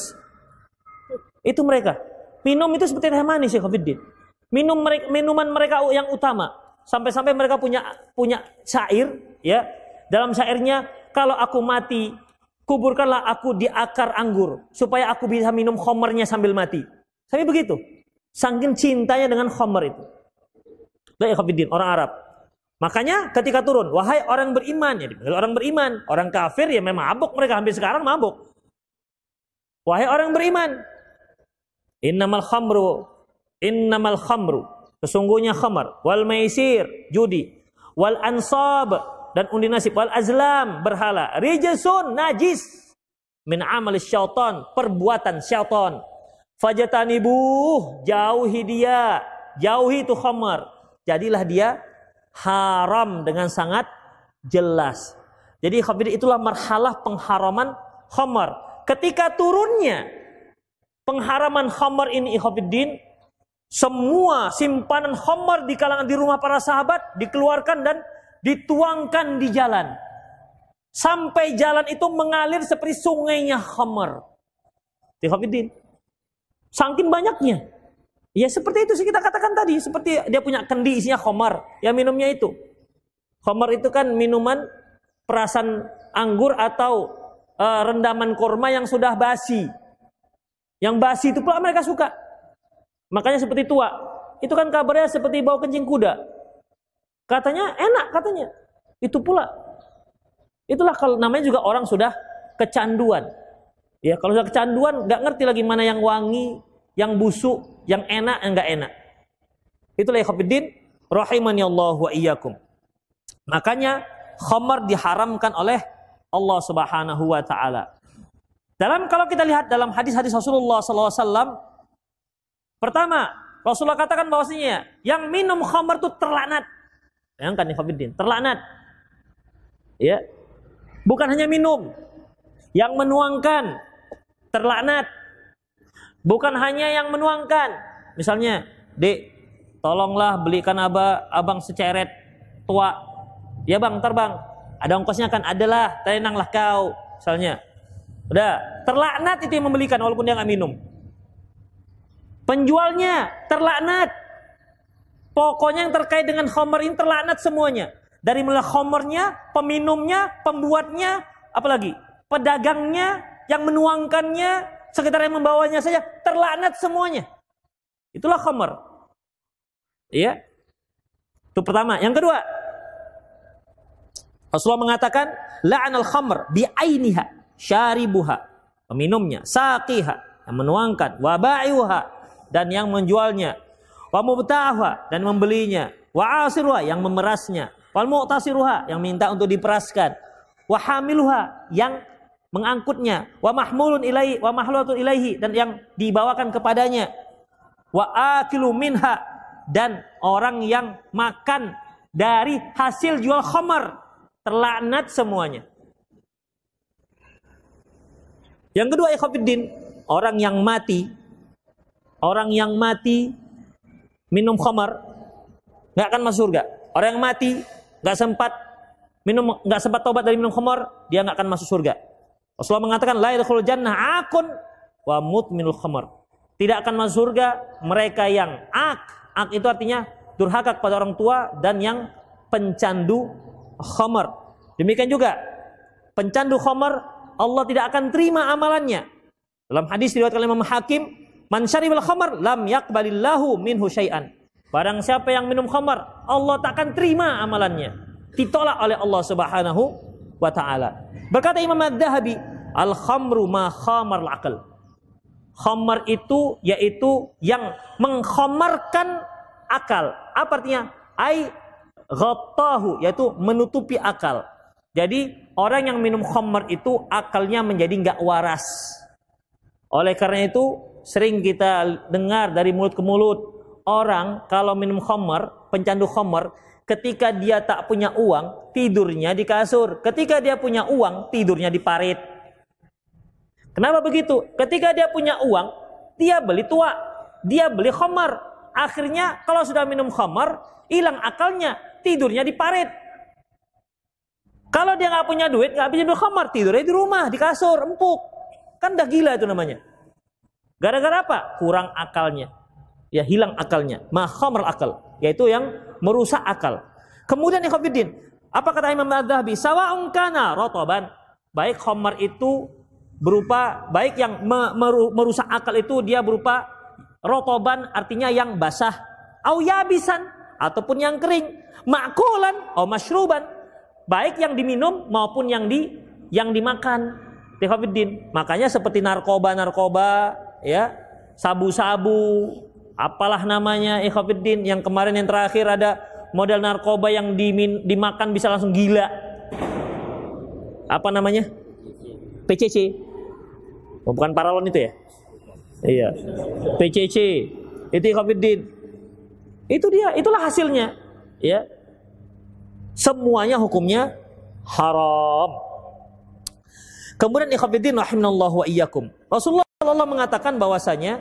Itu mereka. Minum itu seperti teh manis, ikhwatiddin. Minuman mereka yang utama. Sampai-sampai mereka punya syair, ya. Dalam syairnya, kalau aku mati, kuburkanlah aku di akar anggur supaya aku bisa minum khamarnya sambil mati. Sampai begitu. Saking cintanya dengan khamar itu. Ikhwatiddin, orang Arab. Makanya ketika turun, wahai orang beriman, ya dipanggil orang beriman. Orang kafir ya memang mabuk, mereka hampir sekarang mabuk. Wahai orang beriman, innamal khamru, sesungguhnya khamar, wal maisir, judi, wal ansab, dan undi nasib, wal azlam, berhala, rijsun, najis, min amalis syaitan, perbuatan syaitan. Fajatanibuh, jauhi dia, jauhi itu khamar. Jadilah dia haram dengan sangat jelas. Jadi itulah marhalah pengharaman khamar. Ketika turunnya pengharaman khamar ini ikhwatiddin, semua simpanan khamar di kalangan di rumah para sahabat dikeluarkan dan dituangkan di jalan. Sampai jalan itu mengalir seperti sungainya khamar. Ikhwatiddin, saking banyaknya. Ya seperti itu sih kita katakan tadi, seperti dia punya kendi isinya khamar, ya minumnya itu. Khamar itu kan minuman perasan anggur atau rendaman kurma yang sudah basi. Yang basi itu pula mereka suka. Makanya seperti tua. Itu kan kabarnya seperti bau kencing kuda. Katanya enak katanya. Itu pula. Itulah kalau namanya juga orang sudah kecanduan. Ya kalau sudah kecanduan nggak ngerti lagi mana yang wangi, yang busuk, yang enak, yang enggak enak. Itulah ikhwatiddin rahimani Allah wa iyyakum. Makanya khamar diharamkan oleh Allah Subhanahu wa taala. Kalau kita lihat dalam hadis-hadis Rasulullah SAW, pertama Rasulullah katakan bahwasanya yang minum khamar itu terlaknat. Bayangkan ikhwatiddin, terlaknat. Ya. Bukan hanya minum, yang menuangkan terlaknat. Bukan hanya yang menuangkan. Misalnya, Dek, tolonglah belikan abang seceret tua. Ya bang, ntar bang. Ada ongkosnya kan? Adalah, tenanglah kau. Misalnya. Udah, terlaknat itu yang membelikan walaupun dia nggak minum. Penjualnya terlaknat. Pokoknya yang terkait dengan khamar ini terlaknat semuanya. Dari mulai khamarnya, peminumnya, pembuatnya, apalagi pedagangnya, yang menuangkannya, sekitar yang membawanya saja terlaknat semuanya. Itulah khamar. Iya. Itu pertama. Yang kedua, Rasulullah mengatakan la'anal khamr bi'ainiha syaribuha, peminumnya, saqiha, yang menuangkan, wa ba'iha, dan yang menjualnya, wa mubta'aha, dan membelinya, wa asiruha, yang memerasnya, wal mu'tasiruha, yang minta untuk diperaskan, wa hamiluha, yang mengangkutnya, wa mahmulun ilaihi, wa mahlulatun ilaihi, dan yang dibawakan kepadanya, wa akilu minha, dan orang yang makan dari hasil jual khamar. Terlaknat semuanya. Yang kedua, ikhwatiddin, orang yang mati minum khamar nggak akan masuk surga. Orang yang mati nggak sempat taubat dari minum khamar, dia nggak akan masuk surga. Rasulullah mengatakan, la yadkhulul jannah akun wa mutminul khamar. Tidak akan masuk surga mereka yang ak itu artinya durhaka kepada orang tua dan yang pencandu khamar. Demikian juga pencandu khamar, Allah tidak akan terima amalannya. Dalam hadis diriwayatkan oleh Imam Hakim, man syaribal khamar lam yaqbalillahu minhu syai'an. Barang siapa yang minum khamar, Allah tak akan terima amalannya. Ditolak oleh Allah Subhanahu wa taala. Berkata Imam Adz-Dzahabi, al-khamru ma khamarul aql. Khamar itu yaitu yang mengkhamarkan akal. Apa artinya? Ai ghattahu, yaitu menutupi akal. Jadi orang yang minum khamar itu akalnya menjadi enggak waras. Oleh karena itu sering kita dengar dari mulut ke mulut, orang kalau minum khamar, pencandu khamar, ketika dia tak punya uang, tidurnya di kasur. Ketika dia punya uang, tidurnya di parit. Kenapa begitu? Ketika dia punya uang, dia beli tua, dia beli khamar. Akhirnya kalau sudah minum khamar, hilang akalnya, tidurnya di parit. Kalau dia nggak punya duit, nggak bisa beli khamar, tidurnya di rumah, di kasur, empuk. Kan dah gila itu namanya. Gara-gara apa? Kurang akalnya. Ya, hilang akalnya. Ma khamrul akal, yaitu yang merusak akal. Kemudian ikhwatiddin, apa kata Imam Adz-Dzahabi? Sawa'un kana rataban. Baik khamar itu berupa, baik yang merusak akal itu dia berupa rataban, artinya yang basah, au yabisan, ataupun yang kering, ma'kulan au masyruban. Baik yang diminum maupun yang dimakan. Ikhwatiddin. Makanya seperti narkoba, ya, sabu-sabu, apalah namanya ikhwatiddin, yang kemarin yang terakhir ada model narkoba yang dimakan bisa langsung gila. Apa namanya? PCC. Oh, bukan paralon itu ya? Iya. PCC. Itu ikhwatiddin. Itu dia, itulah hasilnya, ya. Semuanya hukumnya haram. Kemudian ikhwatiddin rahimanallahu wa iyyakum. Rasulullah sallallahu mengatakan bahwasanya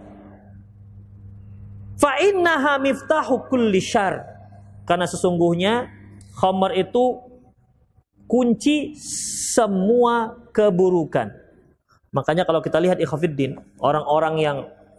fa innaha miftahu kulli syarr. Karena sesungguhnya khamar itu kunci semua keburukan. Makanya kalau kita lihat ikhwatiddin, orang-orang yang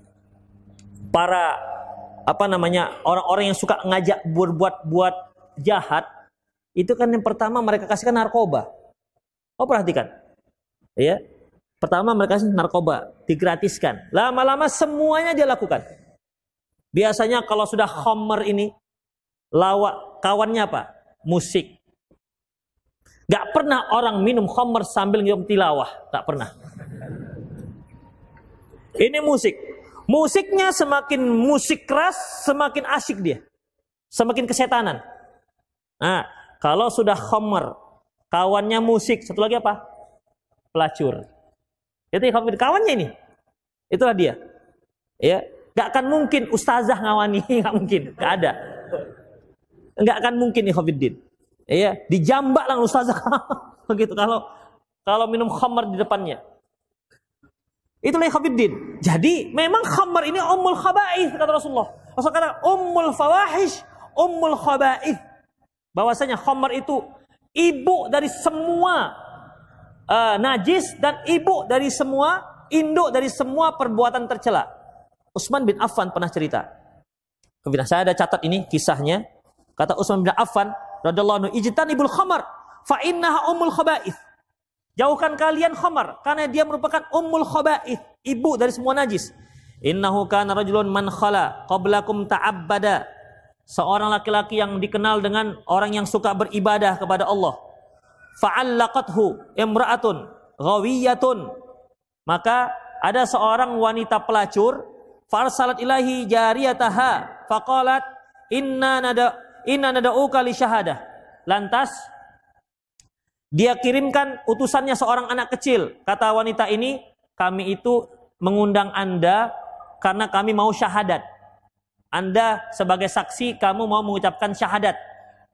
orang-orang yang suka ngajak buat jahat, itu kan yang pertama mereka kasihkan narkoba. Oh, perhatikan. Ya. Pertama mereka kasih narkoba, digratiskan. Lama-lama semuanya dia lakukan. Biasanya kalau sudah khamar ini, kawannya apa? Musik. Gak pernah orang minum khamar sambil ngium tilawah. Gak pernah. Ini musik. Musiknya semakin musik keras, semakin asyik dia. Semakin kesetanan. Nah, kalau sudah khamar, kawannya musik, satu lagi apa? Pelacur. Itu kawannya ini. Itulah dia. Ya, gak akan mungkin ustazah ngawani, gak mungkin, gak ada. Gak akan mungkin ikhwatiddin. Ya, dijambak lah ustazah begitu kalau minum khamar di depannya. Itulah ikhwatiddin. Jadi memang khamar ini ummul khaba'ith kata Rasulullah. Rasulullah kata ummul fawahish, ummul khaba'ith. Bahwasanya khamar itu ibu dari semua najis dan ibu dari semua, induk dari semua perbuatan tercela. Utsman bin Affan pernah cerita. Saya ada catat ini kisahnya. Kata Utsman bin Affan radhiyallahu anhu, ijtanibul khamar fa innaha ummul khaba'ith. Jauhkan kalian khamar karena dia merupakan ummul khaba'ith, ibu dari semua najis. Innahu kana rajulun man khala qablakum ta'abbada. Seorang laki-laki yang dikenal dengan orang yang suka beribadah kepada Allah. Fa'allaqathu imra'atun ghawiyatun. Maka ada seorang wanita pelacur, farsalat ilahi jariyataha faqalat inna nada'uka li syahadah. Lantas dia kirimkan utusannya seorang anak kecil. Kata wanita ini, kami itu mengundang Anda karena kami mau syahadat. Anda sebagai saksi, kamu mau mengucapkan syahadat.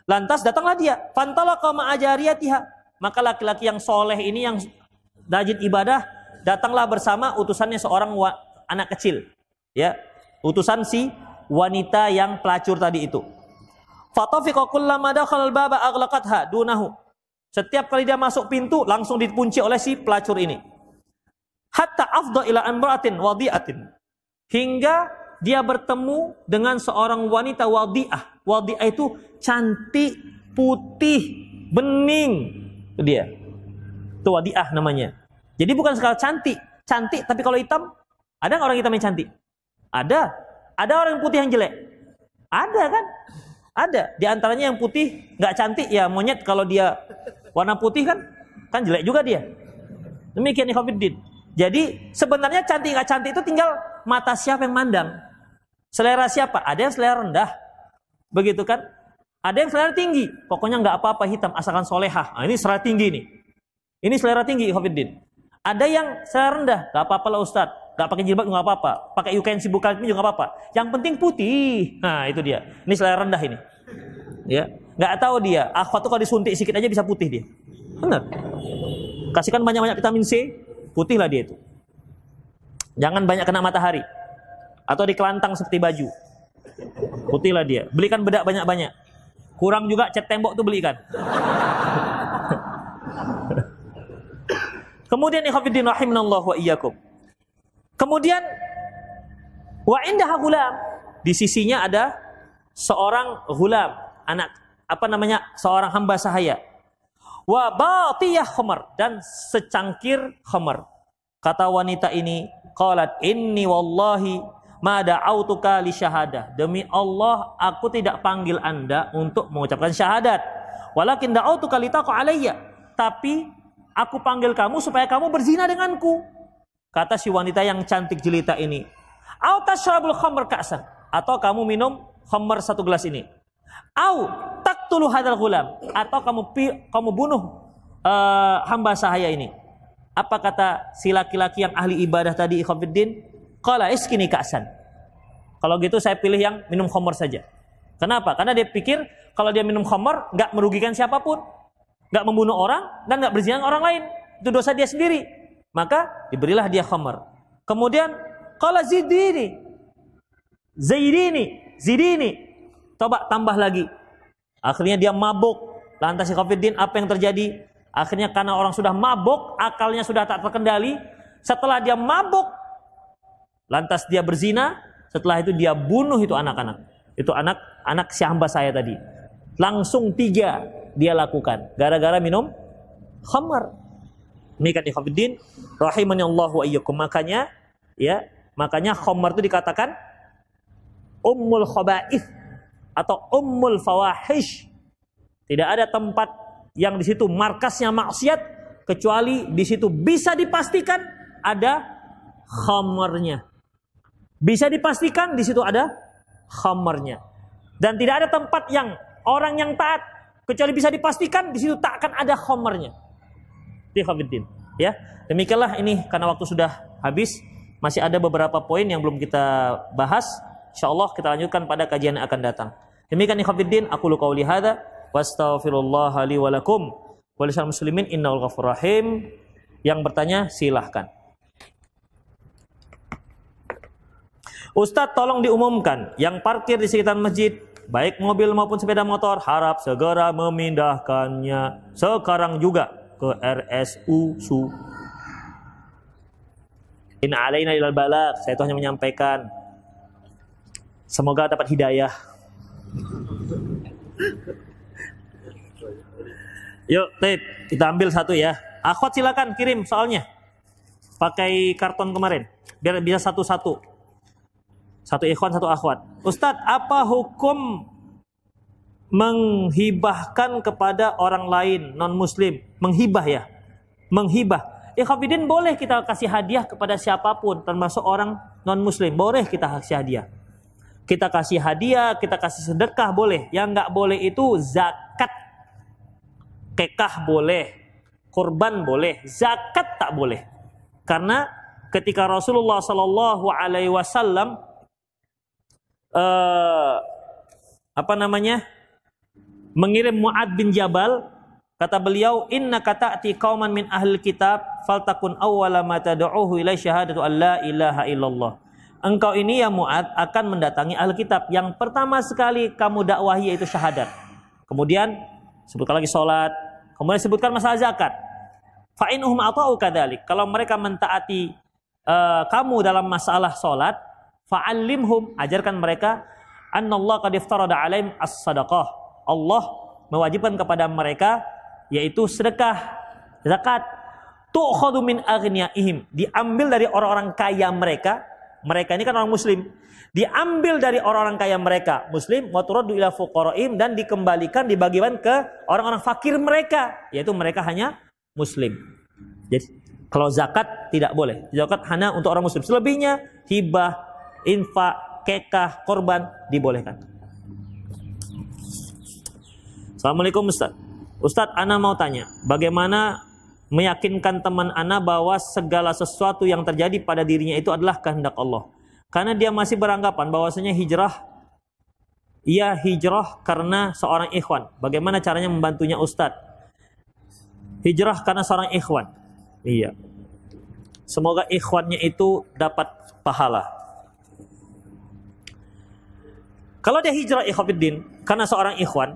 Lantas datanglah dia, fantalaqa ma'ajariyatiha. Maka laki-laki yang soleh ini, yang rajin ibadah, datanglah bersama utusannya seorang anak kecil, ya, utusan si wanita yang pelacur tadi itu. Fatafiqa kullama dakhala al-baba aghlaqatha dunahu. Setiap kali dia masuk pintu langsung dikunci oleh si pelacur ini. Hatta afdha ila imra'atin wadi'atin. Hingga dia bertemu dengan seorang wanita wadi'ah. Wadi'ah itu cantik, putih, bening. Itu dia. Itu wadi'ah namanya. Jadi bukan sekadar cantik. Cantik, tapi kalau hitam, ada nggak orang hitam yang cantik? Ada. Ada orang yang putih yang jelek? Ada kan? Ada. Di antaranya yang putih nggak cantik, ya monyet. Kalau dia warna putih kan jelek juga dia. Demikian ikhwatiddin. Jadi sebenarnya cantik nggak cantik itu tinggal mata siapa yang mandang. Selera siapa? Ada yang selera rendah. Begitu kan? Ada yang selera tinggi. Pokoknya nggak apa-apa hitam asalkan solehah. Nah, ini selera tinggi nih. Ini selera tinggi ikhwatiddin. Ada yang selera rendah. Nggak apa-apa lah Ustaz. Nggak pakai jilbab juga nggak apa-apa. Pakai UKNC bukan juga nggak apa-apa. Yang penting putih. Nah itu dia. Ini selera rendah ini. Ya. Nggak tahu dia. Akhwat tuh kalau disuntik sedikit aja bisa putih dia. Benar. Kasihkan banyak-banyak vitamin C. Putihlah dia itu. Jangan banyak kena matahari. Atau dikelantang seperti baju. Putihlah dia. Belikan bedak banyak-banyak. Kurang juga cat tembok tuh belikan. Kemudian ikhwatiddin rahimanallahu wa iyyakum. Kemudian wa indaha ghulam. Di sisinya ada seorang ghulam, anak seorang hamba sahaya. Wa batiyah khamar, dan secangkir khamar. Kata wanita ini, qalat inni wallahi ma da'autuka li syahadah. Demi Allah aku tidak panggil Anda untuk mengucapkan syahadat. Walakin da'autuka litaqa alayya. Tapi aku panggil kamu supaya kamu berzina denganku. Kata si wanita yang cantik jelita ini, au tashrabul khamr ka'san, atau kamu minum khamr satu gelas ini. Au taqtulu hadzal ghulam, atau kamu bunuh hamba sahaya ini. Apa kata si laki-laki yang ahli ibadah tadi ikhwatiddin? Qala iskini ka'san. Kalau gitu saya pilih yang minum khamr saja. Kenapa? Karena dia pikir kalau dia minum khamr enggak merugikan siapapun, enggak membunuh orang dan enggak berzina dengan orang lain. Itu dosa dia sendiri. Maka diberilah dia khamr. Kemudian qala zidini. Zidini. Coba tambah lagi. Akhirnya dia mabuk. Lantas ikhwatiddin, apa yang terjadi? Akhirnya karena orang sudah mabuk, akalnya sudah tak terkendali. Setelah dia mabuk, lantas dia berzina. Setelah itu dia bunuh itu anak-anak. Itu anak si hamba saya tadi. Langsung 3 dia lakukan. Gara-gara minum khamar. Demikian ikhwatiddin rahimanallahu wa iyyakum. Makanya khamar itu dikatakan ummul khaba'ith atau ummul fawahish. Tidak ada tempat yang di situ markasnya maksiat kecuali di situ bisa dipastikan ada khamarnya. Bisa dipastikan di situ ada khamarnya. Dan tidak ada tempat yang orang yang taat kecuali bisa dipastikan di situ tak akan ada khamarnya. Ya, demikianlah ini karena waktu sudah habis, masih ada beberapa poin yang belum kita bahas. Insyaallah kita lanjutkan pada kajian yang akan datang. Demikian ikhwatiddin, aqulu qauli hadza wastaghfirullah li wa lakum wa lisal muslimin innahu ghafurur rahim. Yang bertanya silahkan. Ustadz, tolong diumumkan yang parkir di sekitar masjid, baik mobil maupun sepeda motor, harap segera memindahkannya sekarang juga ke RSU Su. Inna alaina ilal balagh. Saya itu hanya menyampaikan. Semoga dapat hidayah. Yuk, kita ambil satu ya. Akhwat silakan kirim soalnya. Pakai karton kemarin. Biar bisa satu-satu. Satu ikhwan, satu akhwat. Ustadz, apa hukum menghibahkan kepada orang lain non-muslim? Menghibah ya? Menghibah. Ikhwatiddin, boleh kita kasih hadiah kepada siapapun, termasuk orang non-muslim. Boleh kita kasih hadiah. Kita kasih hadiah, kita kasih sedekah boleh. Yang nggak boleh itu zakat. Kekah boleh. Kurban boleh. Zakat tak boleh. Karena ketika Rasulullah Sallallahu Alaihi Wasallam mengirim Mu'ad bin Jabal, kata beliau, innaka ta'ti qauman min ahlil kitab faltakun awwala ma tad'uhu ilai syahadatu an la ilaha illallah. Engkau ini ya Mu'ad akan mendatangi ahli kitab, yang pertama sekali kamu dakwahi yaitu syahadat. Kemudian sebutkan lagi salat, kemudian sebutkan masalah zakat. Fa inhum ata'u kadzalik. Kalau mereka mentaati kamu dalam masalah salat, fa'allimhum, ajarkan mereka, annallaha qad iftarada 'alaihim as-shadaqah. Allah mewajibkan kepada mereka yaitu sedekah, zakat. Tu'khadhu min aghniyaihim, diambil dari orang-orang kaya mereka. Mereka ini kan orang muslim, diambil dari orang-orang kaya mereka muslim, wa turaddu ila fuqaraihim, dan dikembalikan, dibagikan ke orang-orang fakir mereka, yaitu mereka hanya muslim. Jadi kalau zakat tidak boleh, zakat hanya untuk orang muslim. Selebihnya hibah, infak, kekah, korban dibolehkan. Assalamualaikum Ustaz. Ustaz, ana mau tanya, bagaimana meyakinkan teman ana bahwa segala sesuatu yang terjadi pada dirinya itu adalah kehendak Allah? Karena dia masih beranggapan bahwasanya ia hijrah karena seorang ikhwan. Bagaimana caranya membantunya Ustaz? Hijrah karena seorang ikhwan. Iya. Semoga ikhwannya itu dapat pahala. Kalau dia hijrah ikhwafiddin karena seorang ikhwan,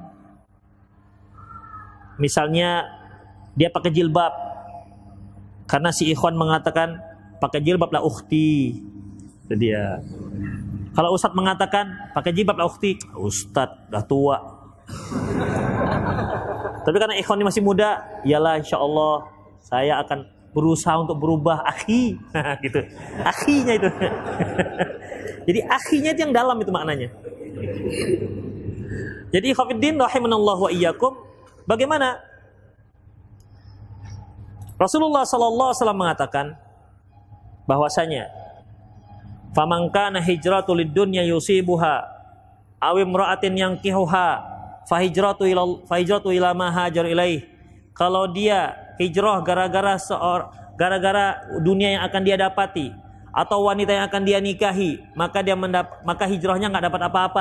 misalnya dia pakai jilbab karena si ikhwan mengatakan pakai jilbab lah ukhti, itu dia. Kalau ustadz mengatakan pakai jilbab lah ukhti, ustadz dah tua. Tapi karena ikhwan ini masih muda, iyalah insyaallah saya akan berusaha untuk berubah akhi, gitu. Akhinya itu. Jadi akhinya itu yang dalam itu maknanya. Jadi ikhwatiddin rahimanallahu wa iyyakum, bagaimana Rasulullah sallallahu alaihi wasallam mengatakan bahwasanya faman kana hijratu lid-dunya yusibuha aw imra'atin yankihuha fahijratu ila ma hajar ilaih. Kalau dia hijrah gara-gara dunia yang akan dia dapati atau wanita yang akan dia nikahi, maka hijrahnya enggak dapat apa-apa.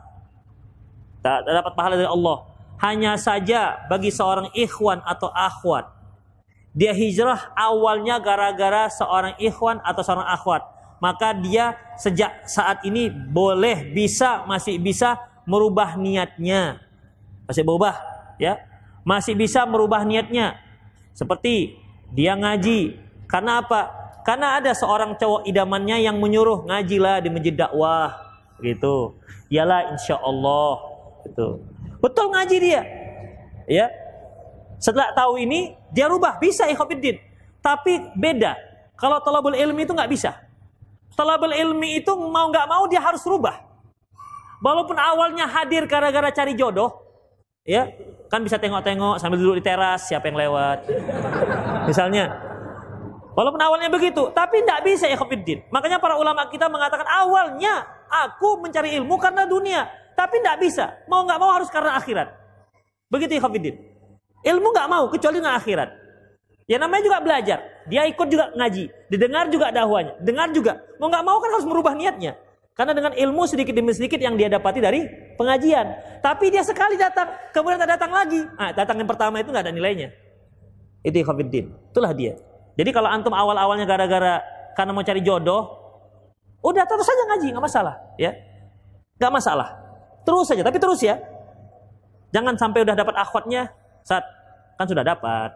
Tak dapat pahala dari Allah. Hanya saja bagi seorang ikhwan atau akhwat, dia hijrah awalnya gara-gara seorang ikhwan atau seorang akhwat, maka dia sejak saat ini masih bisa merubah niatnya. Masih berubah, ya. Masih bisa merubah niatnya. Seperti dia ngaji. Karena apa? Karena ada seorang cowok idamannya yang menyuruh ngajilah di masjid dakwah, gitu. Iyalah insyaallah, gitu. Betul ngaji dia. Ya. Setelah tahu ini, dia rubah, bisa ikhwatiddin. Tapi beda. Kalau talabul ilmi itu nggak bisa. Talabul ilmi itu mau nggak mau dia harus rubah. Walaupun awalnya hadir gara-gara cari jodoh, ya kan bisa tengok-tengok sambil duduk di teras siapa yang lewat. Misalnya, walaupun awalnya begitu, tapi nggak bisa ikhwatiddin. Makanya para ulama kita mengatakan awalnya aku mencari ilmu karena dunia, tapi nggak bisa. Mau nggak mau harus karena akhirat. Begitu ikhwatiddin. Ilmu nggak mau kecuali dengan akhirat. Ya namanya juga belajar. Dia ikut juga ngaji, didengar juga dakwahnya, dengar juga. Mau nggak mau kan harus merubah niatnya. Karena dengan ilmu sedikit demi sedikit yang dia dapati dari pengajian. Tapi dia sekali datang, kemudian tak datang lagi. Datang yang pertama itu nggak ada nilainya. Itu ikhwatiddin. Itulah dia. Jadi kalau antum awal-awalnya gara-gara karena mau cari jodoh, udah terus saja ngaji, nggak masalah, ya. Nggak masalah. Terus saja, tapi terus ya. Jangan sampai udah dapat akhwatnya, saat kan sudah dapat.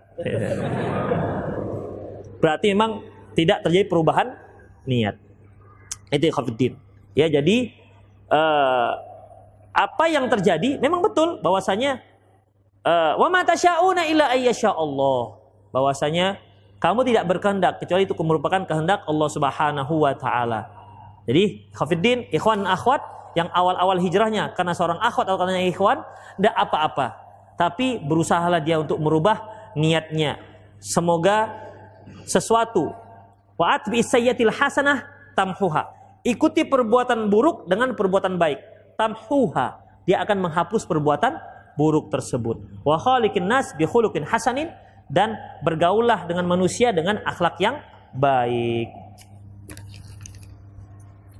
Berarti memang tidak terjadi perubahan niat. Itu ikhwatiddin. Ya, jadi apa yang terjadi memang betul bahwasanya wa ma tasyauna illa ayyasha'allah. Bahwasanya kamu tidak berkehendak kecuali itu merupakan kehendak Allah Subhanahu wa taala. Jadi ikhwatiddin, ikhwan akhwat yang awal-awal hijrahnya karena seorang akhwat atau karena ikhwan, tidak apa-apa. Tapi berusahalah dia untuk merubah niatnya. Semoga sesuatu wa'at bi sayyatil hasanah tamhuha. Ikuti perbuatan buruk dengan perbuatan baik. Tamhuha. Dia akan menghapus perbuatan buruk tersebut. Wa khaliqin nas bi khuluqin hasanin, dan bergaullah dengan manusia dengan akhlak yang baik.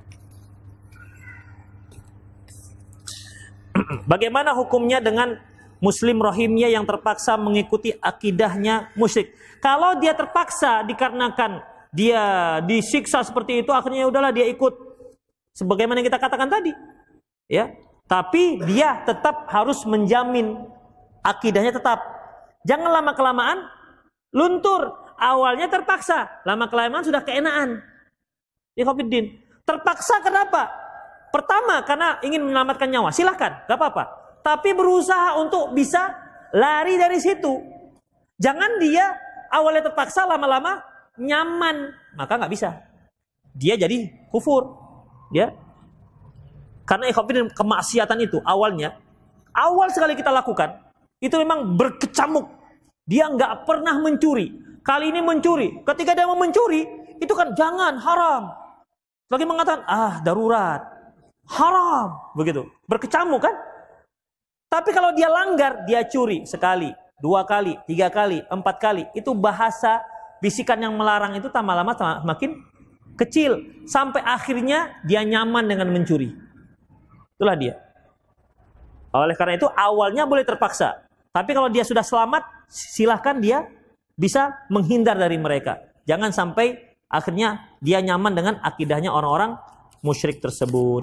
Bagaimana hukumnya dengan Muslim rohimnya yang terpaksa mengikuti akidahnya musyrik. Kalau dia terpaksa dikarenakan dia disiksa seperti itu, akhirnya udahlah dia ikut. Sebagaimana yang kita katakan tadi. Ya, tapi dia tetap harus menjamin akidahnya tetap. Jangan lama-kelamaan luntur. Awalnya terpaksa, lama-kelamaan sudah keenaan. Ikhwatiddin. Terpaksa kenapa? Pertama, karena ingin menyelamatkan nyawa. Silahkan, gak apa-apa. Tapi berusaha untuk bisa lari dari situ. Jangan dia awalnya terpaksa, lama-lama nyaman. Maka gak bisa. Dia jadi kufur. Ya. Karena ikhwatiddin, kemaksiatan itu awalnya, awal sekali kita lakukan, itu memang berkecamuk. Dia nggak pernah mencuri. Kali ini mencuri. Ketika dia mau mencuri, itu kan jangan, haram. Lagi mengatakan, darurat. Haram. Begitu. Berkecamuk kan? Tapi kalau dia langgar, dia curi sekali, 2 kali, 3 kali, 4 kali. Itu bahasa bisikan yang melarang itu tambah lama makin kecil. Sampai akhirnya dia nyaman dengan mencuri. Itulah dia. Oleh karena itu awalnya boleh terpaksa. Tapi kalau dia sudah selamat, silahkan dia bisa menghindar dari mereka. Jangan sampai akhirnya dia nyaman dengan akidahnya orang-orang musyrik tersebut.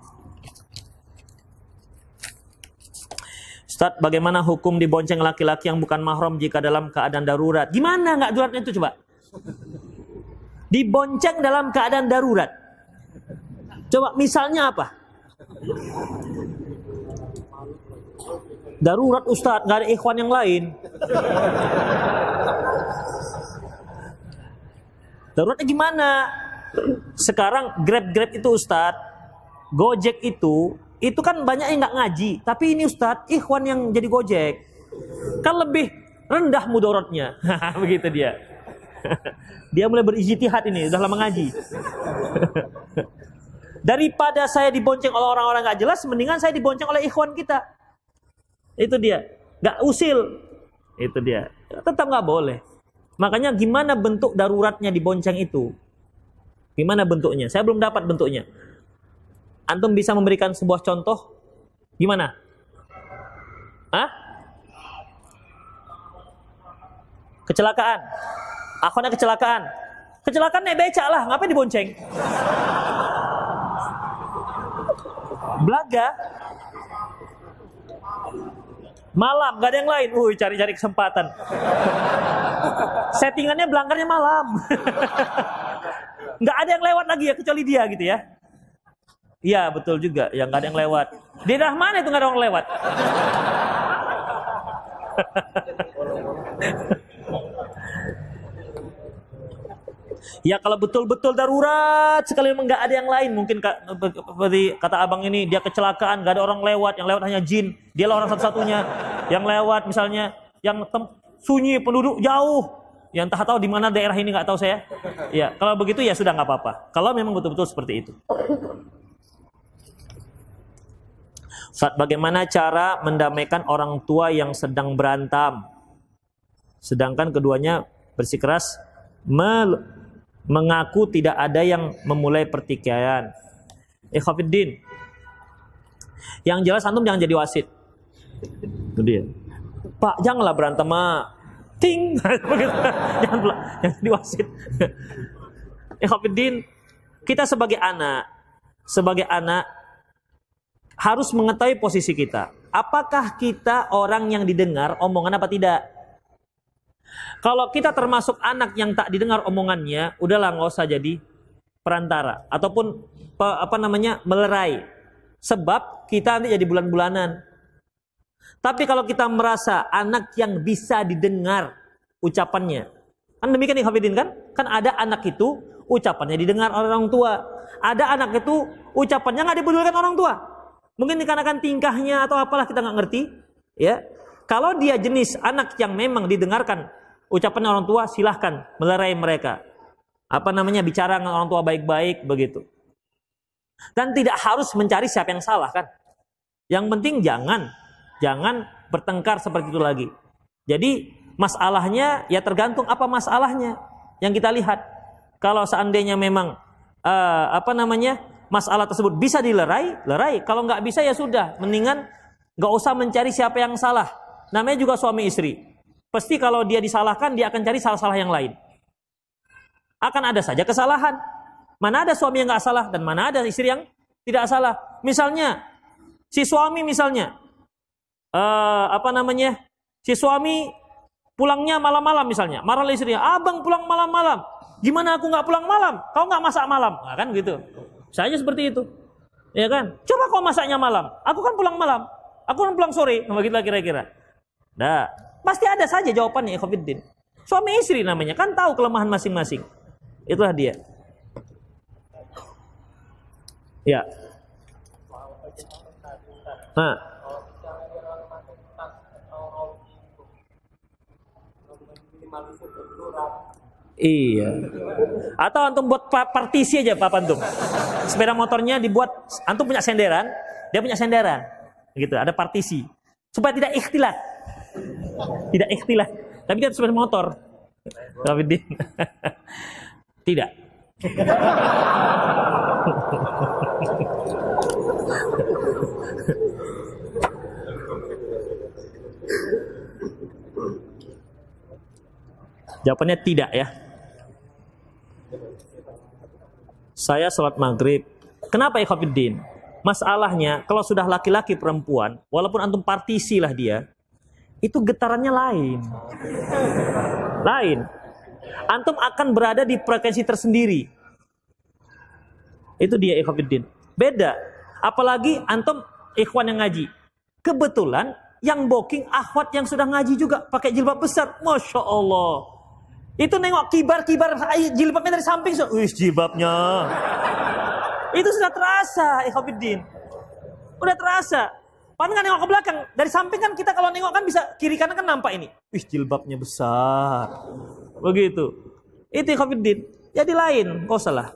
Ustaz, bagaimana hukum dibonceng laki-laki yang bukan mahram jika dalam keadaan darurat? Gimana nggak daruratnya itu coba? Dibonceng dalam keadaan darurat. Coba misalnya apa? Darurat Ustaz, nggak ada ikhwan yang lain. Daruratnya gimana? Sekarang Grab itu Ustaz, Gojek itu kan banyak yang nggak ngaji. Tapi ini Ustaz, ikhwan yang jadi Gojek. Kan lebih rendah mudaratnya. Begitu dia. Dia mulai berijtihad ini, udah lama ngaji. Daripada saya dibonceng oleh orang-orang nggak jelas, mendingan saya dibonceng oleh ikhwan kita. Itu dia, nggak usil. Itu dia, tetap nggak boleh. Makanya gimana bentuk daruratnya dibonceng itu? Gimana bentuknya? Saya belum dapat bentuknya. Antum bisa memberikan sebuah contoh? Gimana? Hah? Kecelakaan. Akhirnya kecelakaan. Kecelakaan naik becak lah, ngapain dibonceng? Belaga. Malam, gak ada yang lain. Cari-cari kesempatan. Settingannya belanggarnya malam. Gak ada yang lewat lagi ya, kecuali dia gitu ya. Iya, betul juga. Yang gak ada yang lewat. Di daerah mana itu gak ada orang lewat? Ya kalau betul-betul darurat sekali memang nggak ada yang lain, mungkin seperti kata abang ini, dia kecelakaan, nggak ada orang lewat, yang lewat hanya jin, dia lah orang satu-satunya yang lewat, misalnya yang sunyi, penduduk jauh, yang tak tahu di mana daerah ini, nggak tahu saya. Ya kalau begitu ya sudah nggak apa-apa. Kalau memang betul-betul seperti itu. Ustaz, bagaimana cara mendamaikan orang tua yang sedang berantem, sedangkan keduanya bersikeras mengaku tidak ada yang memulai pertikaian? Ikhwatiddin, yang jelas antum jangan jadi wasit. Itu dia. Pak, janganlah berantem mah. Ting. Jangan jadi wasit. Ikhwatiddin, kita sebagai anak harus mengetahui posisi kita. Apakah kita orang yang didengar omongan apa tidak? Kalau kita termasuk anak yang tak didengar omongannya, udahlah nggak usah jadi perantara ataupun melerai. Sebab kita nanti jadi bulan-bulanan. Tapi kalau kita merasa anak yang bisa didengar ucapannya, kan demikian nih Hafidin kan? Kan ada anak itu ucapannya didengar orang tua, ada anak itu ucapannya nggak dipedulikan orang tua. Mungkin dikarenakan tingkahnya atau apalah, kita nggak ngerti. Ya, kalau dia jenis anak yang memang didengarkan ucapan orang tua, silahkan melerai mereka. Bicara dengan orang tua baik-baik begitu. Dan tidak harus mencari siapa yang salah kan. Yang penting jangan bertengkar seperti itu lagi. Jadi masalahnya ya tergantung apa masalahnya yang kita lihat. Kalau seandainya memang masalah tersebut bisa dilerai, lerai. Kalau nggak bisa ya sudah, mendingan nggak usah mencari siapa yang salah. namanya juga suami istri. Pasti kalau dia disalahkan, dia akan cari salah-salah yang lain. Akan ada saja kesalahan. Mana ada suami yang nggak salah dan mana ada istri yang tidak salah. Misalnya, si suami misalnya, si suami pulangnya malam-malam misalnya, marah istrinya, abang pulang malam-malam, gimana aku nggak pulang malam? Kau nggak masak malam? Nah, kan gitu. Saya seperti itu, ya kan? Coba kau masaknya malam, aku kan pulang malam, aku kan pulang sore, begitu kira-kira. Nah, pasti ada saja jawabannya, ikhwatiddin. Suami istri namanya, kan tahu kelemahan masing-masing. Itulah dia. Ya. Nah. Iya. Atau antum buat partisi aja Pak Antum. Sepeda motornya dibuat, antum punya senderan, dia punya senderan. Gitu, ada partisi. Supaya tidak ikhtilat. Tidak ikhtilat. Tapi dia sepeda motor. Tidak. Jawabannya tidak ya. Saya sholat maghrib. Kenapa ikhwatiddin? Masalahnya kalau sudah laki-laki perempuan, walaupun antum partisi lah dia, itu getarannya lain. Lain. Antum akan berada di frekuensi tersendiri. Itu dia ikhwatiddin. Beda. Apalagi antum ikhwan yang ngaji. Kebetulan yang booking akhwat yang sudah ngaji juga pakai jilbab besar. Masya Allah. Itu nengok kibar-kibar jilbabnya dari samping. Wih, jilbabnya. Itu sudah terasa, ikhwatiddin. Udah terasa. Padahal nggak nengok ke belakang. Dari samping kan kita kalau nengok kan bisa kiri kanan kan nampak ini. Wih, jilbabnya besar. Begitu. Itu ikhwatiddin. Jadi lain, kau salah.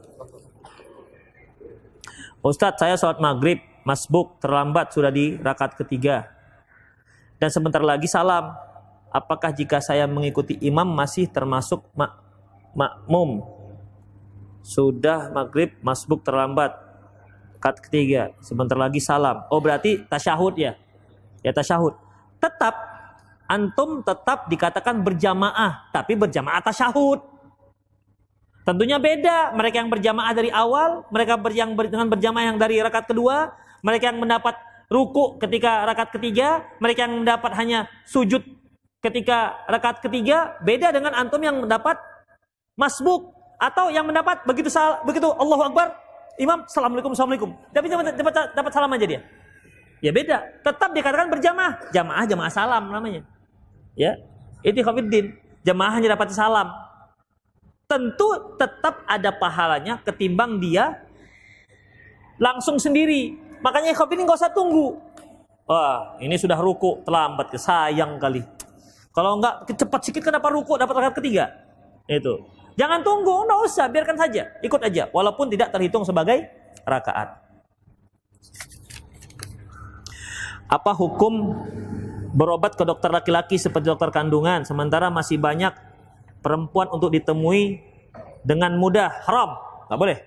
Ustadz, saya sholat maghrib, masbuk, terlambat sudah di rakaat ketiga. Dan sebentar lagi salam. Apakah jika saya mengikuti imam masih termasuk makmum? Sudah maghrib, masbuk terlambat, rakaat ketiga, sebentar lagi salam. Oh berarti tasyahud ya? Ya tasyahud. Tetap, antum tetap dikatakan berjamaah, tapi berjamaah tasyahud. Tentunya beda. Mereka yang berjamaah dari awal, mereka yang dengan berjamaah yang dari rakaat kedua, mereka yang mendapat ruku ketika rakaat ketiga, mereka yang mendapat hanya sujud ketika rakaat ketiga, beda dengan antum yang mendapat masbuk atau yang mendapat begitu Allahu Akbar, imam assalamualaikum assalamualaikum, tapi dapat salam aja dia. Ya beda, tetap dikatakan berjamaah, jamaah salam namanya. Ya, itu ikhwatiddin, jamaah hanya dapat salam. Tentu tetap ada pahalanya ketimbang dia langsung sendiri. Makanya ikhwatiddin enggak usah tunggu. Wah, ini sudah ruku terlambat, sayang kali. Kalau enggak cepat sedikit kenapa ruku dapat rakaat ketiga? Itu. Jangan tunggu, enggak usah, biarkan saja, ikut aja walaupun tidak terhitung sebagai rakaat. Apa hukum berobat ke dokter laki-laki seperti dokter kandungan sementara masih banyak perempuan untuk ditemui dengan mudah? Haram, enggak boleh.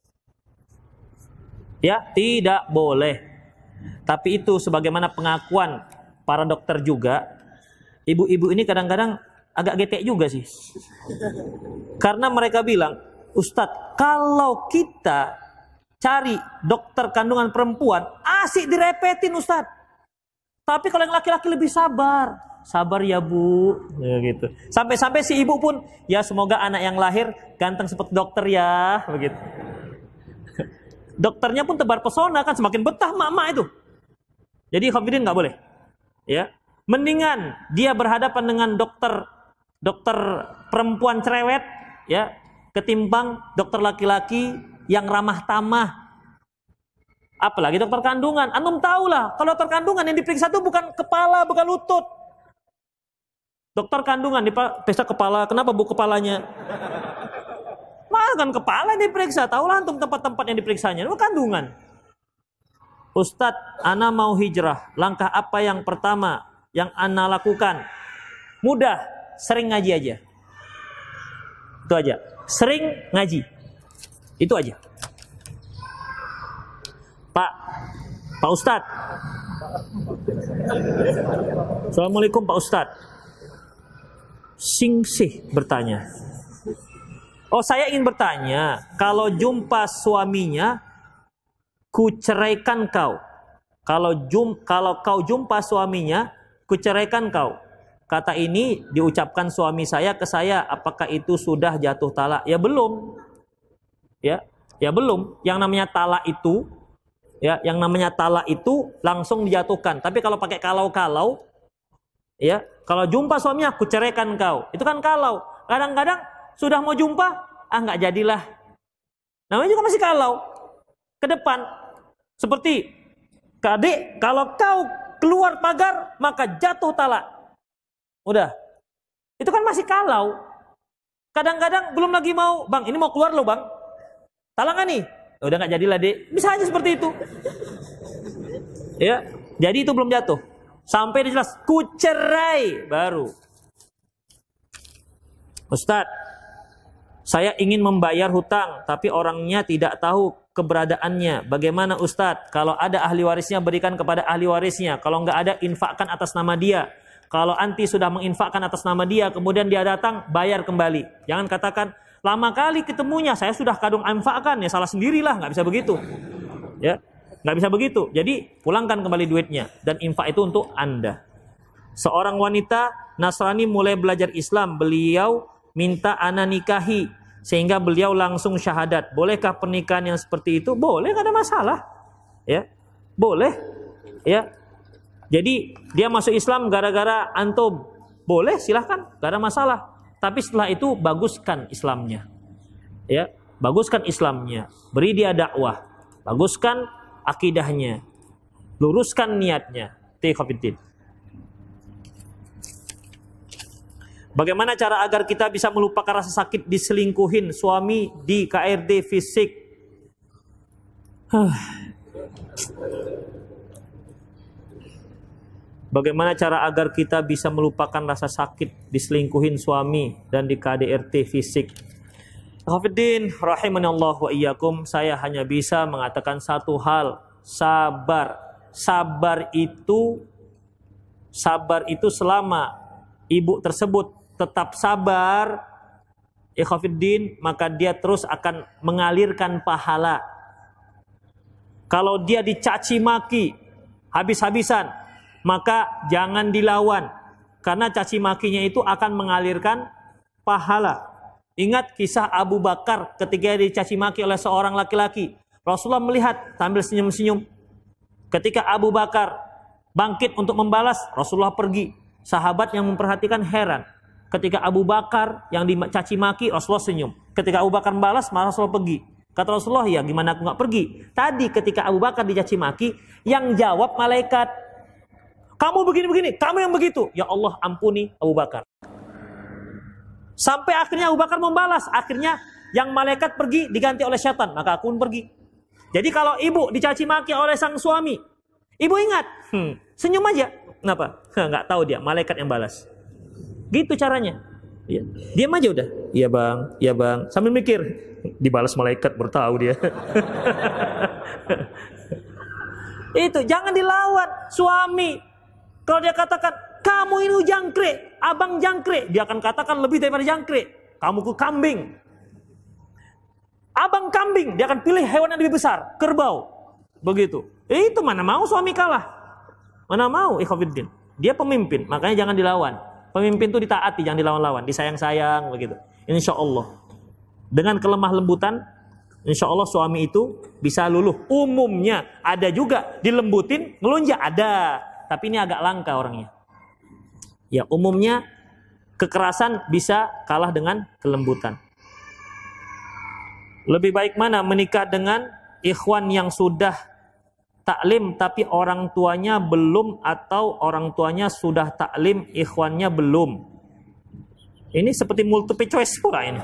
Ya, tidak boleh. Tapi itu sebagaimana pengakuan para dokter juga. Ibu-ibu ini kadang-kadang agak getek juga sih. Karena mereka bilang, Ustadz, kalau kita cari dokter kandungan perempuan, asik direpetin Ustadz. Tapi kalau yang laki-laki lebih sabar. Sabar ya Bu. Ya, gitu. Sampai-sampai si ibu pun, ya semoga anak yang lahir ganteng seperti dokter ya. Begitu. Dokternya pun tebar pesona kan, semakin betah mak-mak itu. Jadi ikhwatiddin nggak boleh. Ya. Mendingan dia berhadapan dengan dokter perempuan cerewet ya, ketimbang dokter laki-laki yang ramah tamah. Apalagi dokter kandungan. Antum tahulah, kalau dokter kandungan yang diperiksa itu bukan kepala, bukan lutut. Dokter kandungan diperiksa kepala, kenapa Bu kepalanya? Kan kepala yang diperiksa, tahulah antum tempat-tempat yang diperiksanya, itu kandungan. Ustadz, ana mau hijrah, langkah apa yang pertama yang ana lakukan? Mudah, sering ngaji aja. Itu aja. Sering ngaji. Itu aja. Pak Ustadz, Assalamualaikum Pak Ustadz. Singsih bertanya. Oh, saya ingin bertanya, kalau jumpa suaminya, kuceraikan kau. Kalau kau jumpa suaminya, kuceraikan kau. Kata ini diucapkan suami saya ke saya, apakah itu sudah jatuh talak? Ya belum. Ya belum. Yang namanya talak itu langsung dijatuhkan. Tapi kalau pakai kalau-kalau, ya, kalau jumpa suaminya, aku ceraikan kau. Itu kan kalau. Kadang-kadang sudah mau jumpa, nggak jadilah. Namanya juga masih kalau. Ke depan. Seperti, adik, kalau kau keluar pagar, maka jatuh talak. Udah. Itu kan masih kalau. Kadang-kadang belum lagi mau, bang, ini mau keluar loh bang. Talak nggak nih? Udah nggak jadilah dek. Bisa aja seperti itu. Ya, jadi itu belum jatuh. Sampai dia jelas, ku cerai baru. Ustadz, saya ingin membayar hutang, tapi orangnya tidak tahu keberadaannya. Bagaimana Ustadz? Kalau ada ahli warisnya, berikan kepada ahli warisnya. Kalau nggak ada, infakkan atas nama dia. Kalau anti sudah menginfakkan atas nama dia, kemudian dia datang, bayar kembali. Jangan katakan, lama kali ketemunya, saya sudah kadung infakkan. Ya salah sendirilah, nggak bisa begitu. Ya. Nggak bisa begitu. Jadi pulangkan kembali duitnya. Dan infak itu untuk Anda. Seorang wanita Nasrani mulai belajar Islam. Beliau minta ana nikahi. Sehingga beliau langsung syahadat. Bolehkah pernikahan yang seperti itu? Boleh, nggak ada masalah. Ya, boleh. Ya. Jadi dia masuk Islam gara-gara antum. Boleh, silahkan. Nggak ada masalah. Tapi setelah itu baguskan Islamnya. Ya, baguskan Islamnya. Beri dia dakwah. Baguskan akidahnya, luruskan niatnya. Bagaimana cara agar kita bisa melupakan rasa sakit diselingkuhin suami di KRD fisik? Bagaimana cara agar kita bisa melupakan rasa sakit diselingkuhin suami dan di KDRT fisik? Hafidin rahimanallah wa iyyakum, saya hanya bisa mengatakan satu hal, sabar. Sabar itu selama ibu tersebut tetap sabar, ikhwatiddin, maka dia terus akan mengalirkan pahala. Kalau dia dicaci maki habis-habisan, maka jangan dilawan, karena caci makinya itu akan mengalirkan pahala. Ingat kisah Abu Bakar ketika dicaci maki oleh seorang laki-laki. Rasulullah melihat sambil senyum-senyum. Ketika Abu Bakar bangkit untuk membalas, Rasulullah pergi. Sahabat yang memperhatikan heran. Ketika Abu Bakar yang dicaci maki, Rasulullah senyum. Ketika Abu Bakar membalas, malah Rasulullah pergi. Kata Rasulullah, ya gimana aku nggak pergi? Tadi ketika Abu Bakar dicaci maki, yang jawab malaikat. Kamu begini-begini, kamu yang begitu. Ya Allah, ampuni Abu Bakar. Sampai akhirnya Abu Bakar membalas. Akhirnya yang malaikat pergi diganti oleh syaitan. Maka aku pun pergi. Jadi kalau ibu dicaci maki oleh sang suami, ibu ingat, senyum aja. Kenapa? Nggak tahu dia, malaikat yang balas. Gitu caranya. Ya. Diam aja udah. Iya bang, iya bang. Sambil mikir, dibalas malaikat, baru tahu dia. Itu, jangan dilawan suami. Kalau dia katakan, kamu ini jangkrik, abang jangkrik, dia akan katakan lebih daripada jangkrik. Kamu ku kambing. Abang kambing, dia akan pilih hewan yang lebih besar, kerbau. Begitu. Itu mana mau suami kalah. Mana mau, ikhwatiddin. Dia pemimpin, makanya jangan dilawan. Pemimpin itu ditaati, jangan dilawan-lawan, disayang-sayang begitu. Insya Allah. Dengan kelemah lembutan, insya Allah suami itu bisa luluh. Umumnya ada juga dilembutin, ngelunjak ada. Tapi ini agak langka orangnya. Ya, umumnya kekerasan bisa kalah dengan kelembutan. Lebih baik mana menikah dengan ikhwan yang sudah taklim tapi orang tuanya belum, atau orang tuanya sudah taklim ikhwannya belum? Ini seperti multiple choice pula ini.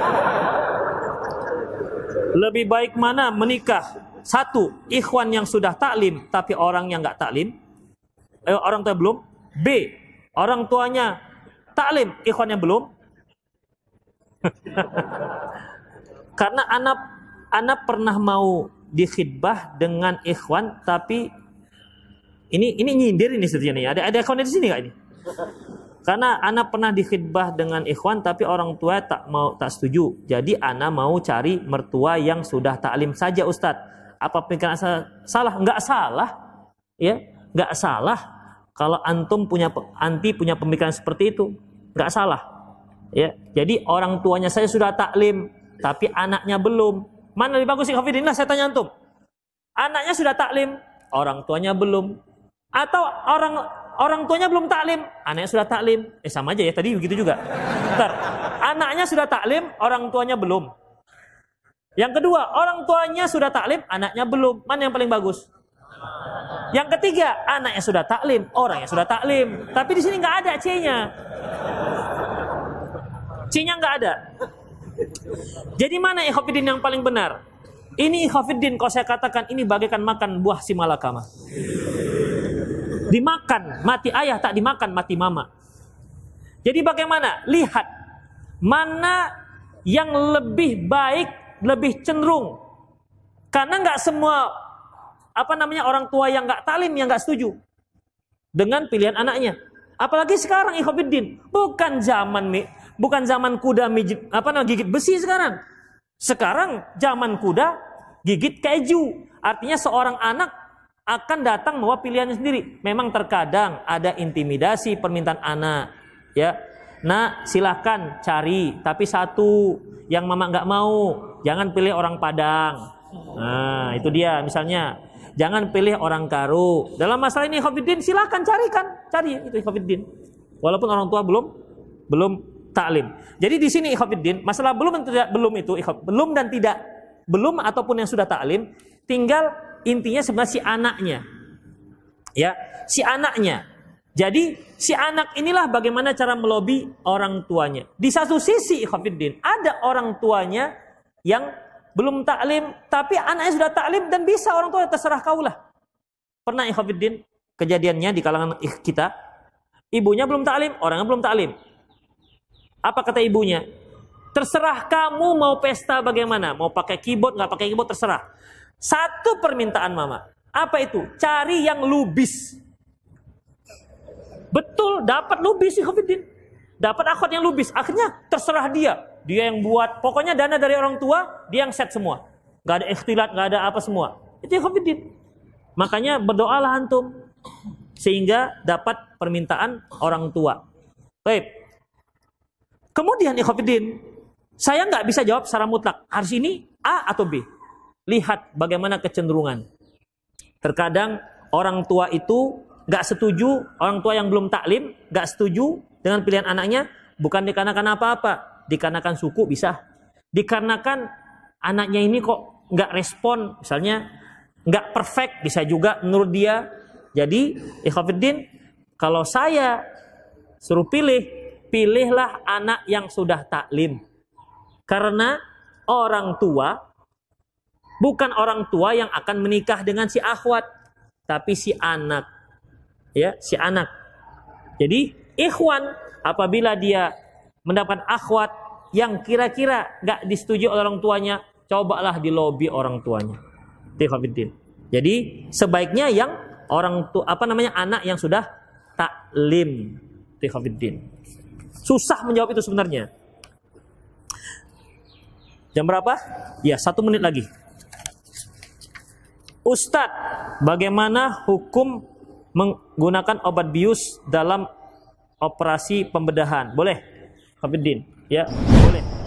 Lebih baik mana menikah? Satu, ikhwan yang sudah taklim tapi orang yang nggak taklim, orang tua belum. B, orang tuanya taklim, ikhwannya belum. Karena anak pernah mau dikhidbah dengan ikhwan, tapi Ini nyindir ini sebenarnya. Ada ikhwan di sini nggak ini? Karena ana pernah dikhidbah dengan ikhwan tapi orang tua tak setuju. Jadi ana mau cari mertua yang sudah taklim saja Ustadz. Apa pikiran salah? Enggak salah. Ya, enggak salah. Kalau anti punya pemikiran seperti itu, enggak salah. Ya, jadi orang tuanya saya sudah taklim tapi anaknya belum. Mana lebih bagus ikhwafidin? Lah saya tanya antum. Anaknya sudah taklim, orang tuanya belum. Atau orang tuanya belum taklim, anaknya sudah taklim. Sama aja ya, tadi begitu juga. Bentar. Anaknya sudah taklim, orang tuanya belum. Yang kedua, orang tuanya sudah taklim, anaknya belum. Mana yang paling bagus? Yang ketiga, anaknya sudah taklim, orangnya sudah taklim. Tapi di sini nggak ada C-nya. C-nya nggak ada. Jadi mana ikhwafidin yang paling benar? Ini ikhwafidin, kalau saya katakan ini bagaikan makan buah si malakama. Dimakan, mati ayah, tak dimakan, mati mama. Jadi bagaimana? Lihat mana yang lebih baik, lebih cenderung. Karena nggak semua orang tua yang nggak taklim yang nggak setuju dengan pilihan anaknya. Apalagi sekarang ikhwatiddin, bukan zaman kuda gigit besi sekarang. Sekarang zaman kuda gigit keju. Artinya seorang anak akan datang membawa pilihannya sendiri. Memang terkadang ada intimidasi permintaan anak, ya. Nah, silahkan cari, tapi satu yang mama nggak mau, jangan pilih orang Padang. Nah, itu dia misalnya, jangan pilih orang Karo. Dalam masalah ini ikhwatiddin, silahkan cari itu ikhwatiddin. Walaupun orang tua belum taklim. Jadi di sini ikhwatiddin, masalah belum dan tidak, belum ataupun yang sudah taklim, tinggal intinya sebenarnya si anaknya. Ya, si anaknya. Jadi si anak inilah bagaimana cara melobi orang tuanya. Di satu sisi ikhwatiddin, ada orang tuanya yang belum taklim, tapi anaknya sudah taklim dan bisa orang tua terserah kaulah. Pernah ikhwatiddin kejadiannya di kalangan kita, ibunya belum taklim, orangnya belum taklim. Apa kata ibunya? Terserah kamu mau pesta bagaimana, mau pakai keyboard nggak pakai keyboard terserah. Satu permintaan mama. Apa itu? Cari yang lubis. Betul, dapat lubis ikhwatiddin. Dapat akhwat yang lubis. Akhirnya terserah dia. Dia yang buat. Pokoknya dana dari orang tua, dia yang set semua. Gak ada ikhtilat, gak ada apa semua. Itu ikhwatiddin. Makanya berdoalah antum. Sehingga dapat permintaan orang tua. Baik. Kemudian ikhwatiddin, saya nggak bisa jawab secara mutlak. Harus ini A atau B. Lihat bagaimana kecenderungan. Terkadang orang tua itu nggak setuju, orang tua yang belum taklim nggak setuju dengan pilihan anaknya, bukan dikarenakan apa-apa, dikarenakan suku bisa, dikarenakan anaknya ini kok nggak respon, misalnya nggak perfect, bisa juga menurut dia. Jadi ikhwatiddin, kalau saya suruh pilihlah anak yang sudah taklim, karena orang tua bukan orang tua yang akan menikah dengan si akhwat, tapi si anak. Ya, si anak. Jadi, ikhwan apabila dia mendapat akhwat yang kira-kira nggak disetujui oleh orang tuanya, cobalah dilobi orang tuanya. Ikhwatiddin. Jadi, sebaiknya yang anak yang sudah taklim. Ikhwatiddin. Susah menjawab itu sebenarnya. Jam berapa? Ya, 1 menit lagi. Ustadz, bagaimana hukum menggunakan obat bius dalam operasi pembedahan? Boleh, Ikhwatiddin? Ya, boleh.